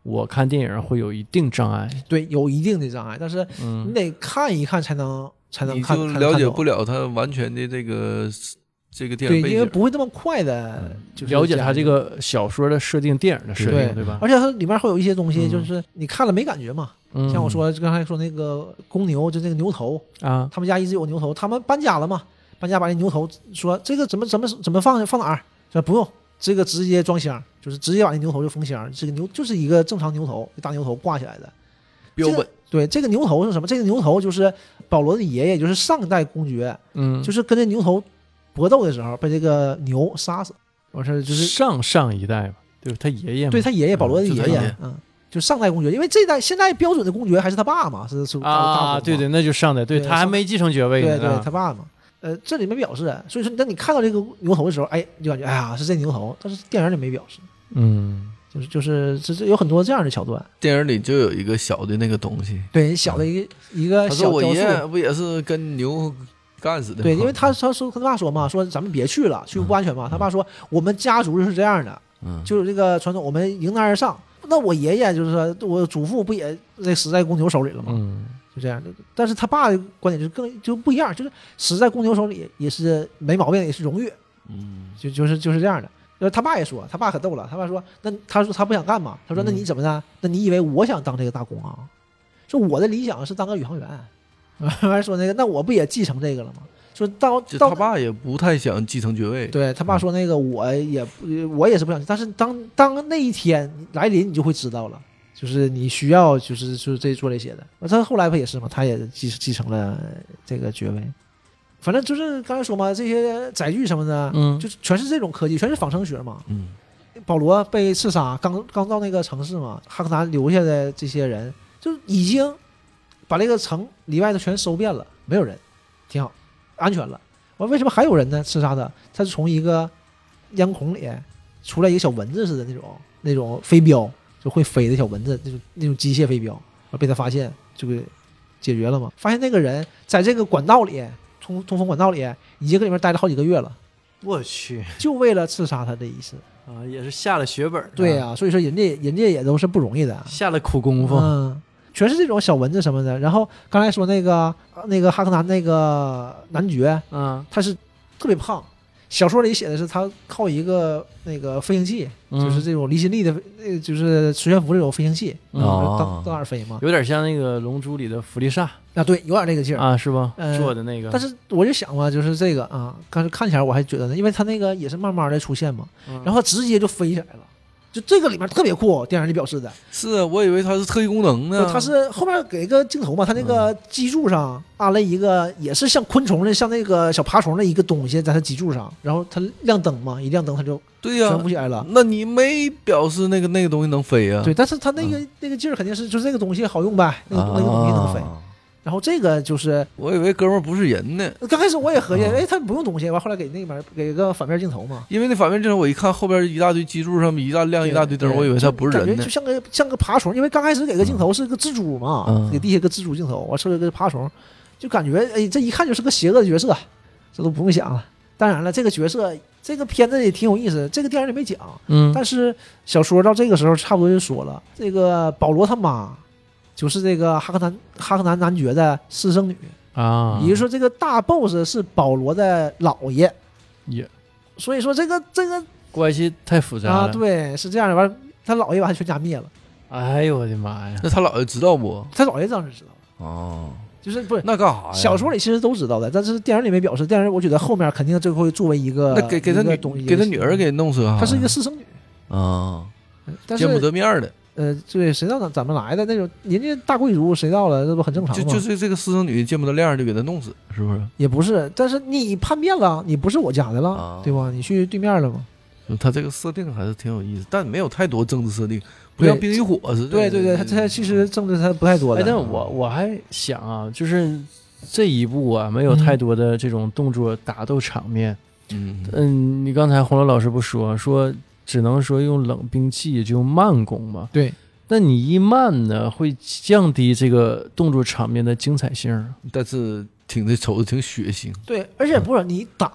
我看电影会有一定障碍。 对，有一定的障碍，但是你得看一看才能看， 你就了解不了它完全的这个电影背景， 对，因为不会这么快的就是了解它这个小说的设定、电影的设定，对吧？ 而且它里面会有一些东西，就是你看了没感觉嘛。像我说刚才说那个公牛，就那个牛头啊， 他们家一直有牛头，他们搬家了嘛，搬家把那牛头说这个怎么放哪儿？说不用，这个直接装箱，就是直接把那牛头就封箱，这个牛就是一个正常牛头，大牛头挂起来的标本。 对，这个牛头是什么？这个牛头就是保罗的爷爷，就是上一代公爵，就是跟这牛头搏斗的时候被这个牛杀死，完事就是上一代吧，就是他爷爷嘛， 对他爷爷保罗的爷爷，就上代公爵，因为这代现在标准的公爵还是他爸嘛，是啊，对对，那就上代，对他还没继承爵位呢， 对他爸嘛。这里面表示，所以说当你看到这个牛头的时候，哎，你就感觉哎呀是这牛头，但是电影里没表示，就是这有很多这样的桥段。 电影里就有一个小的那个东西， 对，小的一个小雕塑。他说我爷爷不也是跟牛干死的吗？ 对，因为他说跟他爸说嘛，说咱们别去了，去不安全嘛。他爸说我们家族是这样的，就是这个传统，我们迎难而上。那我爷爷就是说我祖父不也死在公牛手里了吗？就这样的。但是他爸的观点就不一样，就是死在公牛手里也是没毛病，也是荣誉。就是这样的。他爸也说，他爸可逗了，他爸说，那他说他不想干嘛？他说那你怎么呢？那你以为我想当这个大公啊？说我的理想是当个宇航员。完说那个，那我不也继承这个了吗？说到他爸也不太想继承爵位。 对他爸说那个我也是不想，但是当那一天来临，你就会知道了，就是你需要就是这做这些的。他后来不也是吗？他也继承了这个爵位。反正就是刚才说嘛，这些载具什么的，就是全是这种科技，全是仿生学嘛。保罗被刺杀，刚到那个城市嘛，哈克南留下的这些人就已经把这个城里外的全收遍了，没有人，挺好，安全了。完为什么还有人呢？刺杀他，他是从一个烟孔里出来一个小蚊子似的那种飞镖，就会飞的小蚊子，那种机械飞镖，被他发现就给解决了嘛。发现那个人在这个管道里，通风管道里已经搁里面待了好几个月了。 我去， 就为了刺杀他这一次啊，也是下了血本。 对呀，所以说人家也都是不容易的， 下了苦功夫。 全是这种小蚊子什么的。然后刚才说那个哈克南那个男爵，他是特别胖。小说里写的是他靠一个那个飞行器，就是这种离心力的，就是磁悬浮这种飞行器，到哪儿飞嘛， 有点像那个《龙珠》里的弗利萨啊，对，有点那个劲儿啊，是吧？做的那个。 但是我就想嘛，就是这个啊，刚才看起来我还觉得呢，因为他那个也是慢慢的出现嘛，然后直接就飞起来了。就这个里面特别酷，电影里表示的是，我以为它是特异功能呢。 它是后面给一个镜头嘛，它那个基柱上安了一个也是像昆虫的，像那个小爬虫的一个东西在它基柱上，然后它亮灯嘛，一亮灯它就对呀升不起来了。 那你没表示那个东西能飞啊？ 对，但是它那个劲儿肯定是就是这个东西好用呗，那个东西能飞。然后这个就是我以为哥们儿不是人呢， 刚开始我也合计，哎，他不用东西，完后来给那边给个反面镜头嘛， 因为那反面镜头我一看后边一大堆基柱上面亮一大堆灯，我以为他不是人呢， 就像个爬虫，因为刚开始给个镜头是个蜘蛛嘛，给地下个蜘蛛镜头，我设个爬虫，就感觉哎，这一看就是个邪恶的角色，这都不用想了。当然了，这个角色这个片子也挺有意思，这个电影里没讲，但是小说到这个时候差不多就说了，这个保罗他妈就是这个哈克南男爵的私生女啊， 也就是说这个大 boss 是保罗的姥爷，所以说这个关系太复杂了啊，对，是这样的。完，他姥爷把他全家灭了。 哎呦我的妈呀！ 那他姥爷知道不？ 他姥爷当时知道了。哦， 就是不是那干啥呀？ 小说里其实都知道的，但是电影里没表示。电影我觉得后面肯定这会作为一个那给他女儿给弄死啊。 她是一个私生女啊， 但是见不得面的。 对，谁知道怎么来的那种？人家大贵族谁到了，这不很正常吗？ 就是这个私生女见不得面就给他弄死，是不是？ 也不是，但是你叛变了，你不是我家的了，对吧？你去对面了吗？ 他这个设定还是挺有意思，但没有太多政治设定，不像冰与火似的。 对对对，他其实政治他不太多的。 但我还想啊，就是这一部啊，没有太多的这种动作打斗场面。你刚才洪楼老师不说只能说用冷兵器，也就用慢攻嘛。 对， 但你一慢呢，会降低这个动作场面的精彩性。 但是瞅着挺血腥。 对，而且不是你打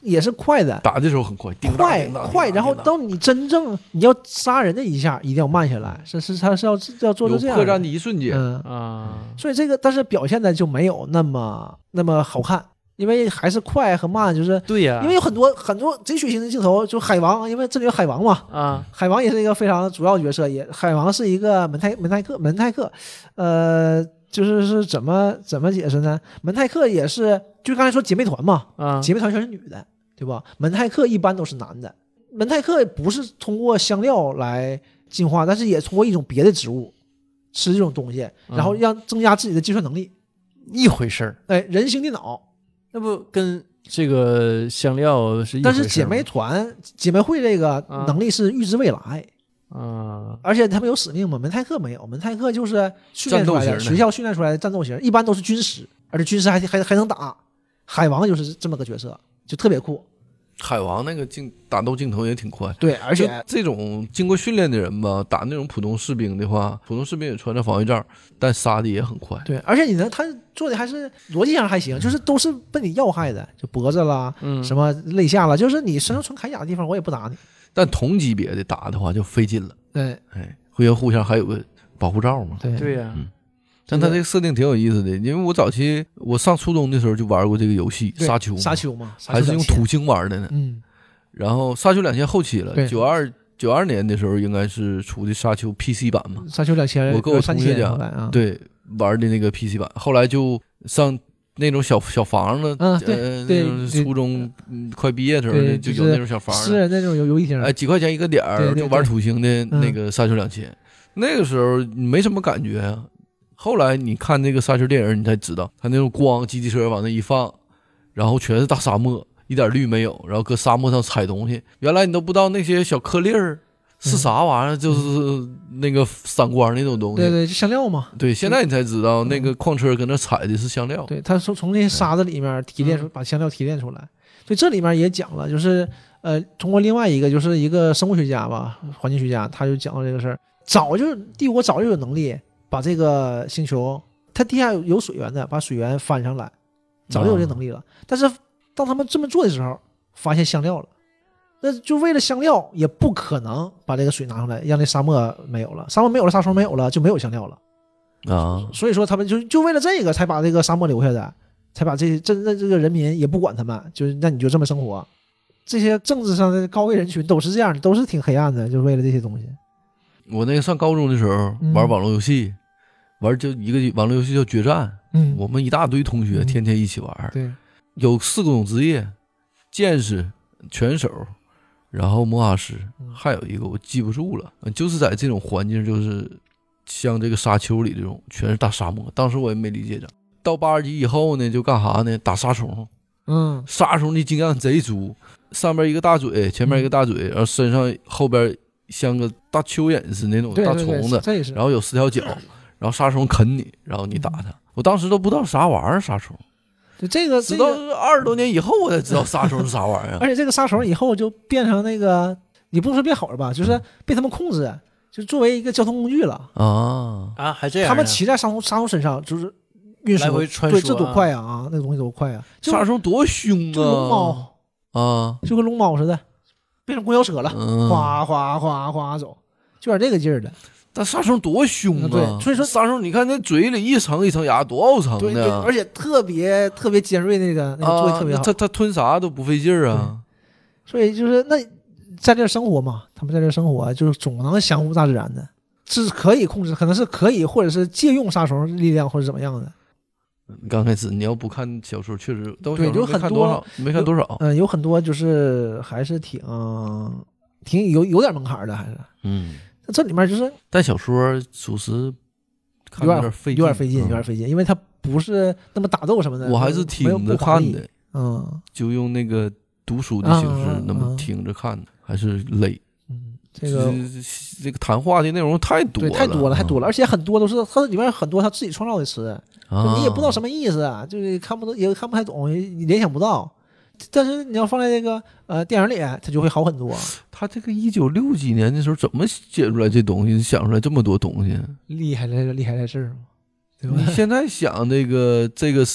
也是快的， 打的时候很快， 快，然后到你真正你要杀人的一下，一定要慢下来，他是要做出这样有破绽的一瞬间所以这个但是表现的就没有那么好看。因为还是快和慢，就是对呀， 因为有很多贼血腥的镜头，就海王，因为这里有海王嘛，海王也是一个非常主要角色，海王是一个门泰克，就是怎么解释呢？门泰克也是，就刚才说姐妹团嘛，姐妹团全是女的，对吧？门泰克一般都是男的，门泰克不是通过香料来进化，但是也通过一种别的植物吃这种东西，然后让增加自己的计算能力， 一回事儿。 哎，人形电脑。 那不跟这个香料是一回事， 但是姐妹团、姐妹会这个能力是预知未来而且他们有使命嘛。门泰克没有，门泰克就是训练出来的，学校训练出来的战斗型，一般都是军师，而且军师还能打。海王就是这么个角色，就特别酷。 海王那个打斗镜头也挺快， 对，而且这种经过训练的人吧，打那种普通士兵的话，普通士兵也穿着防御罩，但杀的也很快。 对，而且他做的还是逻辑上还行，就是都是被你要害的，就脖子啦，什么肋下了，就是你身上穿铠甲的地方，我也不打你。 但同级别的打的话就费劲了。 对， 互相还有个保护罩嘛。 对呀。 但他这个设定挺有意思的，因为我早期我上初中的时候就玩过这个游戏沙丘嘛， 还是用土星玩的呢。然后沙丘2000后期了，92年的时候应该是出的沙丘 PC 版嘛。 沙丘2000， 我跟我同学讲，对，玩的那个 PC 版，后来就上那种小房子，对，初中快毕业的时候就有那种小房子， 是那种游戏厅， 几块钱一个点儿，就玩土星的那个沙丘2000，那个时候没什么感觉啊。后来你看这个沙丘电影，你才知道，他那种光机器车往那一放，然后全是大沙漠，一点绿没有，然后搁沙漠上采东西，原来你都不知道那些小颗粒儿是啥玩意儿，就是那个闪光那种东西。 对，香料嘛。 对，现在你才知道那个矿车搁那采的是香料。 对，他从那些沙子里面提炼出，把香料提炼出来。所以这里面也讲了，就是通过另外一个就是一个生物学家吧，环境学家，他就讲到这个事儿，帝国早就有能力把这个星球，它地下有水源的，把水源翻上来，早就有这能力了。但是当他们这么做的时候，发现香料了，那就为了香料，也不可能把这个水拿上来，让那沙漠没有了，沙漠没有了，沙虫没有了，就没有香料了所以说他们就为了这个才把这个沙漠留下的，才把这个人民也不管他们，就是那你就这么生活。这些政治上的高危人群都是这样，都是挺黑暗的，就为了这些东西。 我那个上高中的时候玩网络游戏，玩就一个网络游戏叫决战，我们一大堆同学天天一起玩， 对， 有4种职业，剑士、拳手，然后魔法师，还有一个我记不住了，就是在这种环境，就是像这个沙丘里这种全是大沙漠，当时我也没理解着。到80级以后呢，就干啥呢？打沙虫，沙虫的经验贼足，上边一个大嘴，前面一个大嘴，然后身上后边像个大蚯蚓似的那种大虫子，然后有4条脚，然后沙虫啃你，然后你打它。我当时都不知道啥玩意儿沙虫， 就这个直到20多年以后我才知道沙虫是啥玩意儿。 而且这个沙虫以后就变成那个，你不能说变好了吧，就是被他们控制，就作为一个交通工具了还这样。 他们骑在沙虫身上，就是运输来回穿梭， 对，这多快啊！那个东西多快啊！ 沙虫多凶啊！ 就龙猫就跟龙猫似的，变成公交车了，哗哗哗哗走，就有点这个劲儿的。 但沙虫多凶啊！ 对，所以说沙虫，你看那嘴里一层一层牙多少层呢？ 对，而且特别尖锐，那个做的特别好。 它吞啥都不费劲儿啊。 所以就是那在这生活嘛，他们在这生活就是总能降服大自然的，是可以控制，可能是可以，或者是借用沙虫力量或者怎么样的。 刚开始你要不看小说，确实都对，有很多没看多少。 有很多就是还是挺有点门槛的，还是这里面就是， 但小说属实看有点费劲，因为它不是那么打斗什么的。 我还是听着看的，就用那个读书的形式那么听着看的，还是累。这个谈话的内容太多了，而且很多都是它里面很多他自己创造的词，你也不知道什么意思啊，就是看不太懂，联想不到。但是你要放在这个电影里，它就会好很多。 他这个1960几年的时候怎么写出来这东西，想出来这么多东西？ 厉害在这儿嘛，对吧？ 你现在想这个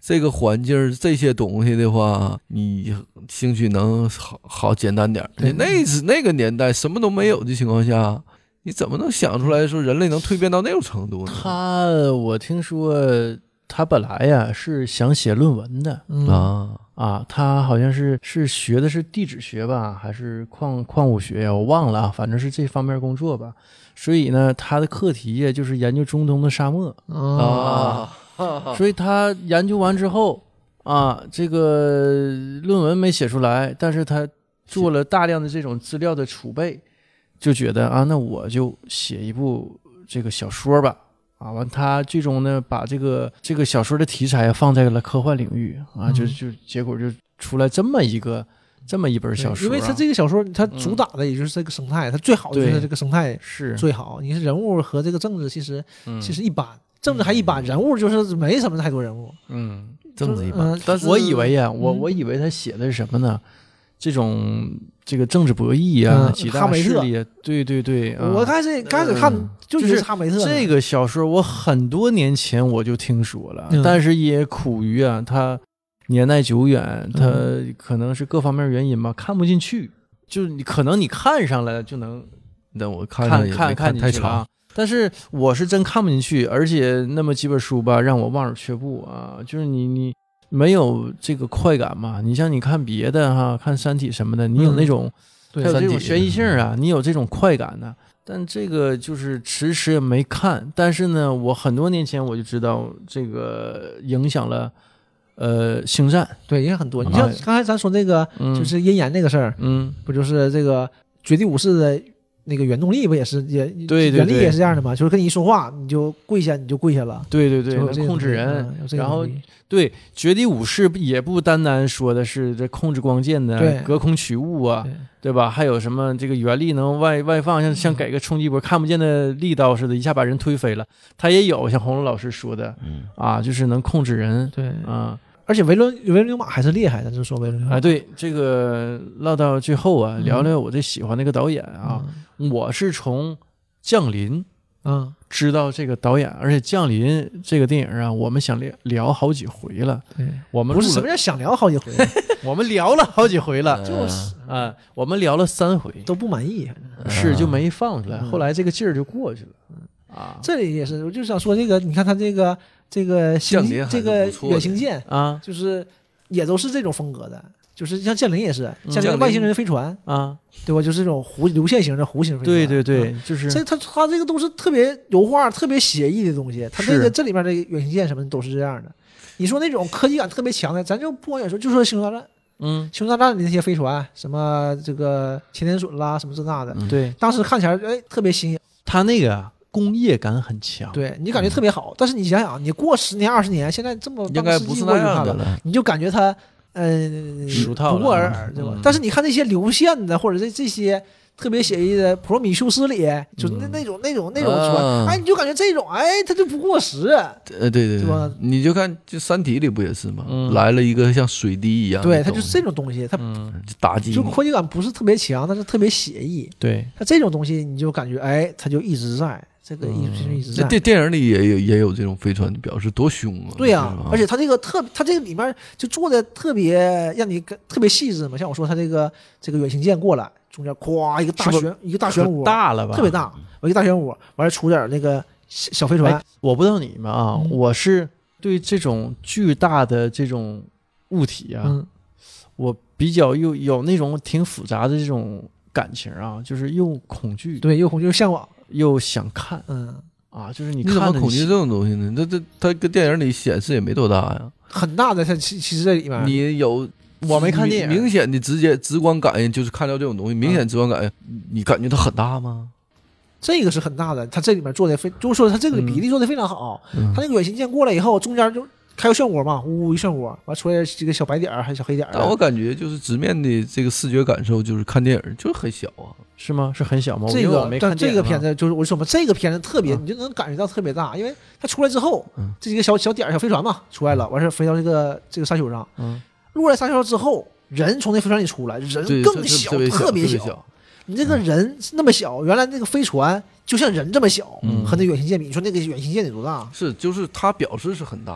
这个环境这些东西的话，你兴许能好简单点。那个年代什么都没有的情况下，你怎么能想出来说人类能蜕变到那种程度呢？我听说他本来呀是想写论文的他好像是学的是地质学吧，还是矿物学呀，我忘了啊，反正是这方面工作吧。所以呢，他的课题呀就是研究中东的沙漠所以他研究完之后这个论文没写出来，但是他做了大量的这种资料的储备，就觉得那我就写一部这个小说吧。完他最终呢把这个小说的题材放在了科幻领域就结果就出来这么一本小说。 因为他这个小说他主打的也就是这个生态，他最好的就是这个生态是最好。你是人物和这个政治其实一般，政治还一般，人物就是没什么太多人物。 政治一般。 但是我以为我以为他写的是什么呢？这个政治博弈几大势力对， 我开始看就是哈梅特这个小说，我很多年前我就听说了，但是也苦于它年代久远，它可能是各方面原因吧，看不进去。就可能你看上了就能， 但我看太长， 但是我是真看不进去，而且那么几本书吧，让我望而却步就是你没有这个快感嘛？你像你看别的看《三体》什么的，你有那种它有这种悬疑性你有这种快感的。但这个就是迟迟也没看。但是呢，我很多年前我就知道这个影响了星战， 对，影响很多。你像刚才咱说那个就是阴岩那个事儿，不就是这个绝地武士的那个原动力不也是对原理也是这样的嘛？就是跟你一说话你就跪下了。 对，能控制人。然后对绝地武士也不单单说的是这控制光剑的隔空取物对吧？还有什么这个原力能外放，像给个冲击波看不见的力道似的，一下把人推飞了。他也有像洪龙老师说的就是能控制人。 对而且维伦纽瓦还是厉害的，就是说维伦纽瓦对，这个唠到最后聊聊我最喜欢那个导演我是从降临知道这个导演，而且降临这个电影我们想聊好几回了。我们不是什么叫想聊好几回我们聊了好几回了就是我们聊了3回都不满意就没放出来后来这个劲儿就过去了这里也是我就想说这个你看他这个这个远行舰就是也都是这种风格的，就是像降临也是像这个外星人飞船对吧？就是这种流线型的弧形飞船。 对就是他这个都是特别油画特别写意的东西，他这里面的远行舰什么的都是这样的。你说那种科技感特别强的，咱就不往远说，就说星球大战星球大战的那些飞船，什么这个千年隼啦什么这那的对， 当时看起来特别新颖。 他那个工业感很强， 对你感觉特别好。但是你想想，你过10年20年，现在这么应该不是那样的了， 你就感觉它俗套了， 不过尔尔，对吧？但是你看那些流线的，或者这些特别写意的《普罗米修斯》里，就那种船，你就感觉这种，它就不过时。 对吧？你就看就《三体》里不也是吗？来了一个像水滴一样， 对，它就是这种东西，它打击， 就科技感不是特别强，但是特别写意。 对， 它这种东西你就感觉，它就一直在。这个一直在电影里也有这种飞船表示多凶对而且它这个里面就做的特别让你特别细致嘛。像我说它这个远行舰过来，中间咵一个大漩涡， 大了吧？ 特别大，一个大漩涡，完了出点那个小飞船。 我不知道你们我是对这种巨大的这种物体我比较有那种挺复杂的这种感情就是又恐惧， 对，又恐惧又向往。 又想看，就是你怎么恐惧这种东西呢？它跟电影里显示也没多大呀， 很大的。它其实这里面你有， 我没看电影， 明显的直观感应就是看到这种东西，明显直观感应，你感觉它很大吗？ 这个是很大的，它这里面做的就是说它这个比例做的非常好。它那个远行舰过来以后，中间就开个漩涡嘛，呜一漩涡，完出来这个小白点还是小黑点。 但我感觉就是直面的这个视觉感受，就是看电影就是很小是吗？是很小吗？ 这个这个片子就是我说嘛，这个片子特别，你就能感觉到特别大，因为它出来之后，这几个小点小飞船嘛出来了，完事飞到这个沙丘上，落在沙丘之后，人从那飞船里出来，人更小，特别小。你这个人那么小，原来那个飞船就像人这么小，和那远行舰比，你说那个远行舰得多大？ 就是它表示是很大。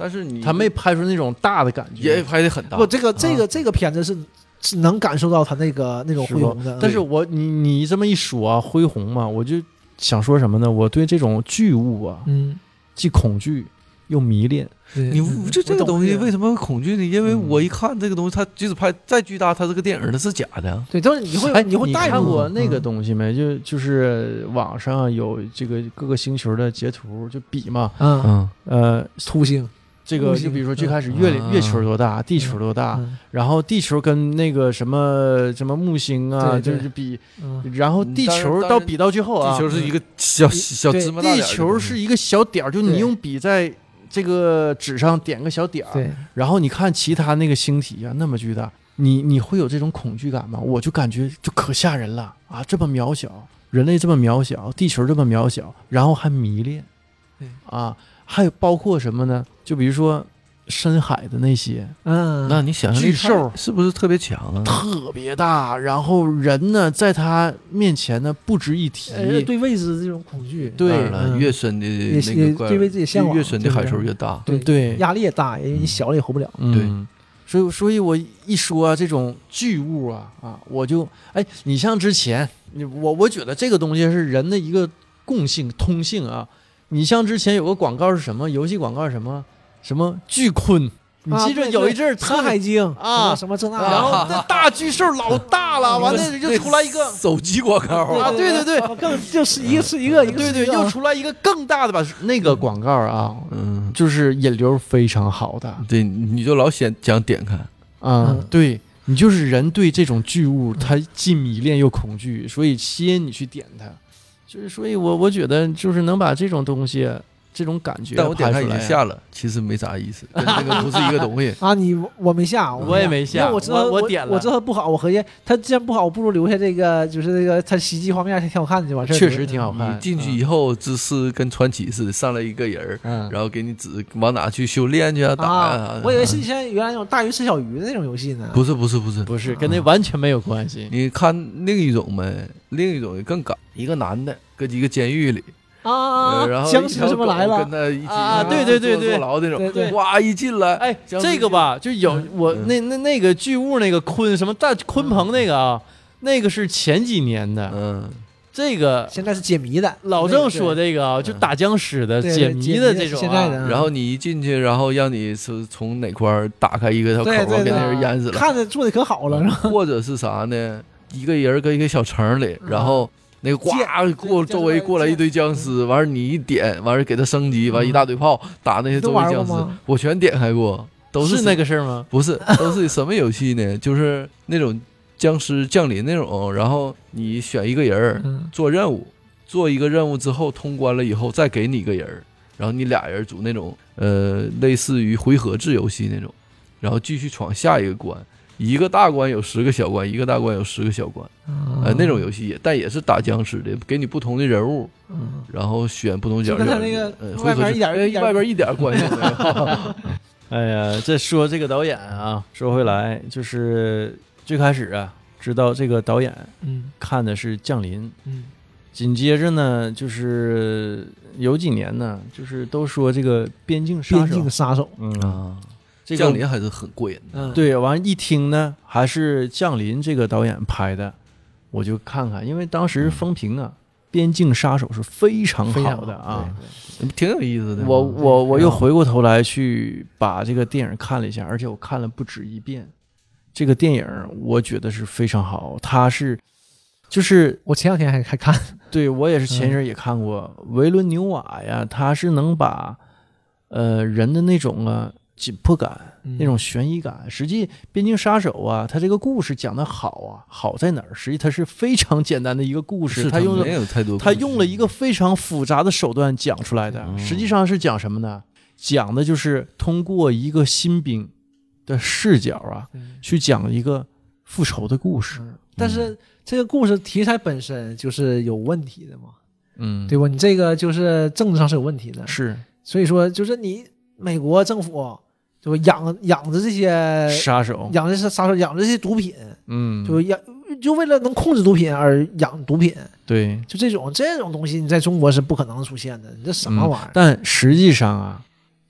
但是他没拍出那种大的感觉， 也拍的很大。 不，这个片子是能感受到他那种恢宏的。 但是你这么一说啊，恢宏嘛，我就想说什么呢？我对这种巨物啊，既恐惧又迷恋。 你这个东西为什么会恐惧呢？因为我一看这个东西，它即使拍再巨大，它这个电影它是假的。 对，但是你会带入。 你看过那个东西没？就是网上有这个各个星球的截图，就比嘛， 凸星。 这个就比如说最开始月球多大，地球多大，然后地球跟那个什么木星啊，就是比，然后地球比到最后啊， 地球是一个小芝麻大点， 地球是一个小点，就你用笔在这个纸上点个小点，然后你看其他那个星体啊那么巨大，你会有这种恐惧感吗？我就感觉就可吓人了啊！这么渺小，人类这么渺小，地球这么渺小，然后还迷恋，啊。还有包括什么呢？就比如说深海的那些， 那你想象巨兽是不是特别强啊？ 特别大，然后人呢在他面前呢不值一提， 对未知的这种恐惧。 对了，越深的那个对未知也向往， 越深的海兽越大， 对，压力也大，因为你小了也活不了。 对， 所以我一说啊，这种巨物啊，我就你像之前我觉得这个东西是人的一个共性通性啊。你像之前有个广告是什么？游戏广告是什么巨鲲？你记着有一阵《 山海经》 啊， 什么这那， 然后那大巨兽老大了，完了就出来一个手机广告啊，对， 更就是一个， 对，又出来一个更大的吧？那个广告啊，就是引流非常好的。 对，你就老讲点开啊，对你就是人对这种巨物，他既迷恋又恐惧，所以吸引你去点它。就是所以我觉得就是能把这种东西这种感觉， 但我点开已经下了，其实没啥意思，跟那个不是一个东西啊。我没下， 我也没下， 我知道我点了， 我知道它不好，我合计它既然不好，我不如留下这个，就是这个它实际画面还挺好看的就完事儿。 确实挺好看。 你进去以后，只是跟传奇似的，上来一个人，然后给你指往哪去修炼去打啊。我以为是像原来那种大鱼吃小鱼的那种游戏呢。 不是， 跟那完全没有关系。 你看另一种没？另一种更尬，一个男的搁一个监狱里。然后僵尸是不是来了？ 跟他一起对， 坐牢那种，哇一进来， 这个吧，就有我那个巨物那个鲲什么大鲲鹏那个啊，那个是前几年的，这个现在是解谜的。 老郑说这个啊，就打僵尸的解谜的这种， 现在的。 然后你一进去，然后让你是从哪块打开一个小口，给那人淹死了， 看着做的可好了， 或者是啥呢？一个人搁一个小城里，然后。那个呱周围过来一堆僵尸，完事你一点，完事给他升级，完一大堆炮打那些周围僵尸，我全点开过，都是那个事儿吗？ 不是，都是什么游戏呢？就是那种僵尸降临那种，然后你选一个人做任务，做一个任务之后通关了以后再给你一个人，然后你俩人组那种类似于回合制游戏那种，然后继续闯下一个关。一个大关有10个小关，一个大关有10个小关，那种游戏但也是打僵尸的，给你不同的人物，然后选不同角色。 跟他那个外边一点关系没有。 哎呀，这说这个导演啊，说回来就是最开始啊，知道这个导演，看的是《降临》，紧接着呢，就是有几年呢，就是都说这个边境杀手， 这个降临还是很过瘾的， 对，完一听呢，还是降临这个导演拍的，我就看看，因为当时风评啊，边境杀手是非常好的啊， 挺有意思的。 我又回过头来去把这个电影看了一下，而且我看了不止一遍。这个电影我觉得是非常好，它是就是我前两天还看， 对我也是前一阵也看过维伦纽瓦呀，他是能把人的那种紧迫感，那种悬疑感，实际边境杀手啊，他这个故事讲的好啊，好在哪儿？实际他是非常简单的一个故事，他用了一个非常复杂的手段讲出来的。实际上是讲什么呢？讲的就是通过一个新兵的视角啊，去讲一个复仇的故事。 但是这个故事题材本身就是有问题的嘛，对吧？你这个就是政治上是有问题的， 是， 所以说就是你美国政府。就养着这些杀手， 养着这些毒品，就为了能控制毒品而养毒品， 对， 就这种东西，你在中国是不可能出现的，你这什么玩意儿？ 但实际上啊，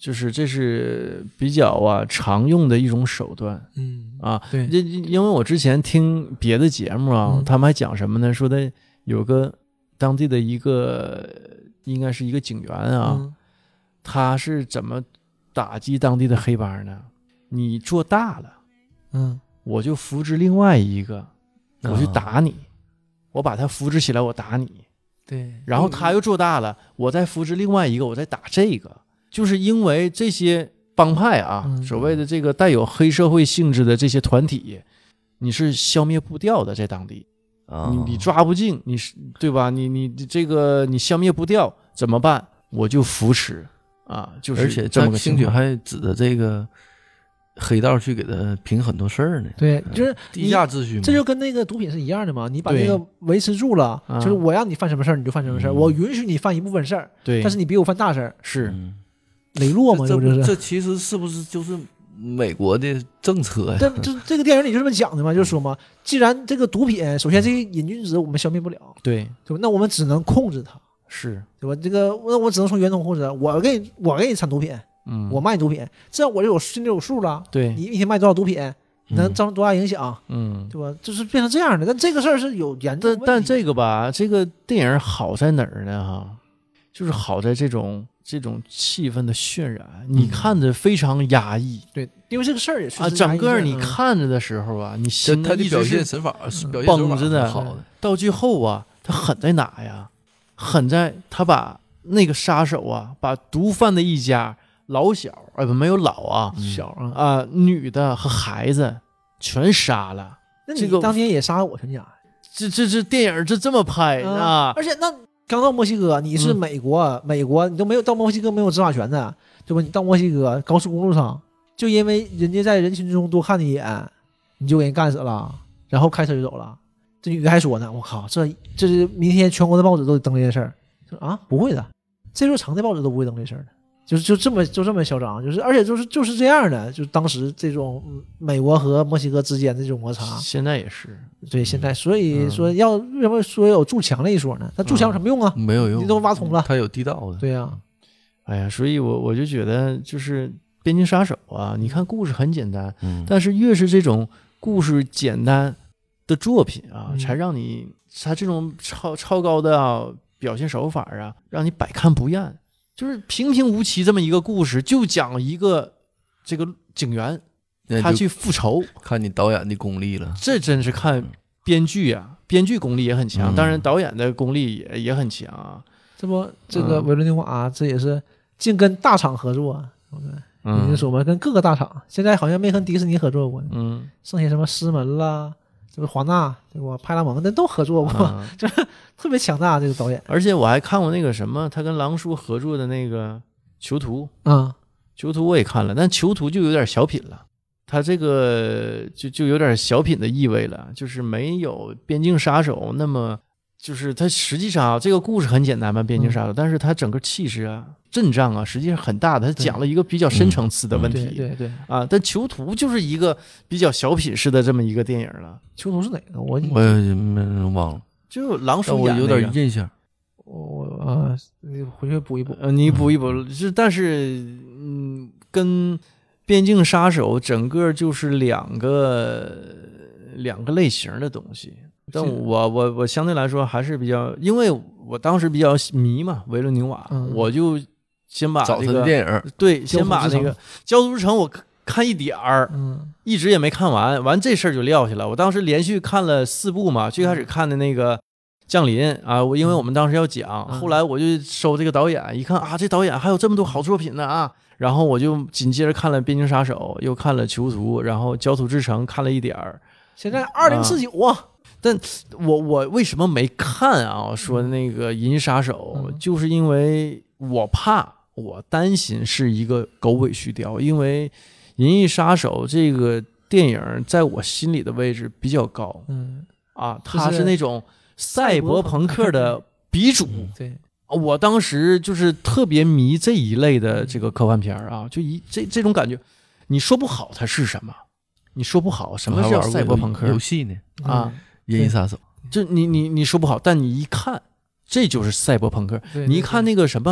就是这是比较常用的一种手段。 对， 因为我之前听别的节目他们还讲什么呢？说的有个当地的一个应该是一个警员他是怎么打击当地的黑帮呢？你做大了，我就扶植另外一个，我去打你，我把他扶植起来，我打你。 对， 然后他又做大了，我再扶植另外一个，我再打这个。就是因为这些帮派所谓的这个带有黑社会性质的这些团体，你是消灭不掉的，在当地你抓不进，你是对吧？你这个你消灭不掉怎么办？我就扶持就是而且这么个兴许还指着这个黑道去给他评很多事儿呢。 对，就是地下秩序嘛， 这就跟那个毒品是一样的嘛。你把这个维持住了，就是我让你犯什么事儿你就犯什么事儿，我允许你犯一部分事儿， 对， 但是你别我犯大事儿， 是雷洛嘛， 这其实是不是就是美国的政策呀？ 这个电影里就这么讲的嘛，就是说嘛，既然这个毒品，首先这个瘾君子我们消灭不了， 对吧？那我们只能控制它， 是对吧？这个那我只能从源头控制它。我给你产毒品，我卖毒品，这样我就心里有数了。 对， 你一天卖多少毒品，能造成多大影响，对吧？就是变成这样的。但这个事儿是有严重但这个吧，这个电影好在哪儿呢？就是好在这种气氛的渲染，你看着非常压抑。 对，因为这个事儿也是整个你看着的时候你心他的表现手法绷着的， 好的。 到最后他狠在哪呀？狠在他把那个杀手把毒贩的一家老小没有老小女的和孩子全杀了。 那你当天也杀了我全家。 这电影这么拍而且那。刚到墨西哥，你是美国你都没有到墨西哥没有执法权的，对吧？你到墨西哥高速公路上，就因为人家在人群中多看你一眼，你就给人干死了，然后开车就走了。这女的还说呢，我靠，这是明天全国的报纸都得登这件事儿。说不会的，这座城的报纸都不会登这事儿的。就这么嚣张，而且就是这样的，就当时这种美国和墨西哥之间的这种摩擦， 现在也是对，现在所以说为什么说有筑墙的一说呢？它筑墙有什么用啊？ 没有用， 你都挖通了， 它有地道的。 对呀， 哎呀，所以我就觉得就是边境杀手你看故事很简单，但是越是这种故事简单的作品才让你它这种超高的表现手法让你百看不厌。就是平平无奇这么一个故事，就讲一个这个警员他去复仇， 看你导演的功力了。 这真是看编剧编剧功力也很强，当然导演的功力也很强这不，这个维伦纽瓦这也是净跟大厂合作你就说嘛，跟各个大厂，现在好像没跟迪士尼合作过剩下什么狮门啦。就是华纳对吧？派拉蒙那都合作过，就是特别强大这个导演。 而且我还看过那个什么，他跟狼叔合作的那个《囚徒》囚徒我也看了，但《囚徒》就有点小品了，他这个就有点小品的意味了，就是没有《边境杀手》那么，就是他实际上这个故事很简单嘛，《边境杀手》，但是他整个气势阵仗实际上很大的，他讲了一个比较深层次的问题。 对但囚徒就是一个比较小品式的这么一个电影了。 囚徒是哪个？我忘了， 就狼叔演我有点印象。 你回去补一补。 你补一补，但是跟边境杀手整个就是两个类型的东西。但我相对来说还是比较，因为我当时比较迷嘛，维伦纽瓦，我就先把这个电影对，先把那个《焦土之城》我看一点儿，一直也没看完这事儿就撂下了。我当时连续看了4部嘛，最开始看的那个降临因为我们当时要讲，后来我就搜这个导演，一看这导演还有这么多好作品呢然后我就紧接着看了《边境杀手》，又看了《囚徒》，然后《焦土之城》看了一点儿。 现在2049 但我为什么没看说那个《银翼杀手》就是因为我担心是一个狗尾续貂，因为《银翼杀手》这个电影在我心里的位置比较高，它是那种赛博朋克的鼻祖。 对， 我当时就是特别迷这一类的这个科幻片就这种感觉，你说不好它是什么，你说不好什么叫赛博朋克游戏呢银翼杀手， 就你说不好，但你一看，这就是赛博朋克。你一看那个什么，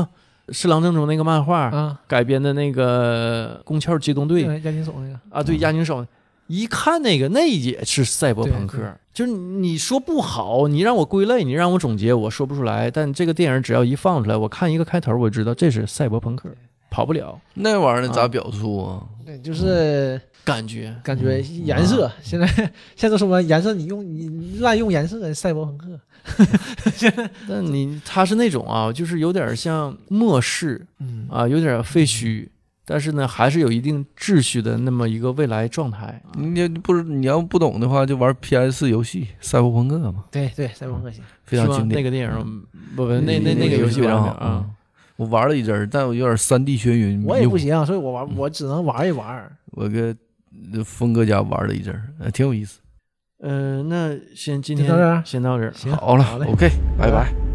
侍郎正宗那个漫画啊改编的那个《宫壳机动队》 押井守那个啊，对，押井守。一看那也是赛博朋克，就是你说不好，你让我归类，你让我总结，我说不出来。但这个电影只要一放出来，我看一个开头，我就知道这是赛博朋克，跑不了。 那玩意儿咋表述啊？ 对，就是感觉颜色。现在都说颜色，你滥用颜色，赛博朋克。 但它是那种啊，就是有点像末世，有点废墟。但是呢，还是有一定秩序的那么一个未来状态。 你要不懂的话，就玩 PS 游戏赛博朋克嘛。 对，赛博朋克行， 非常经典。 那个电影那个游戏玩啊， 我玩了一阵儿，但我有点3D 眩晕。 我也不行，所以我只能玩一玩。 我跟峰哥家玩了一阵儿，挺有意思。 那今天先到这儿， 行， 好了 ，OK，拜拜。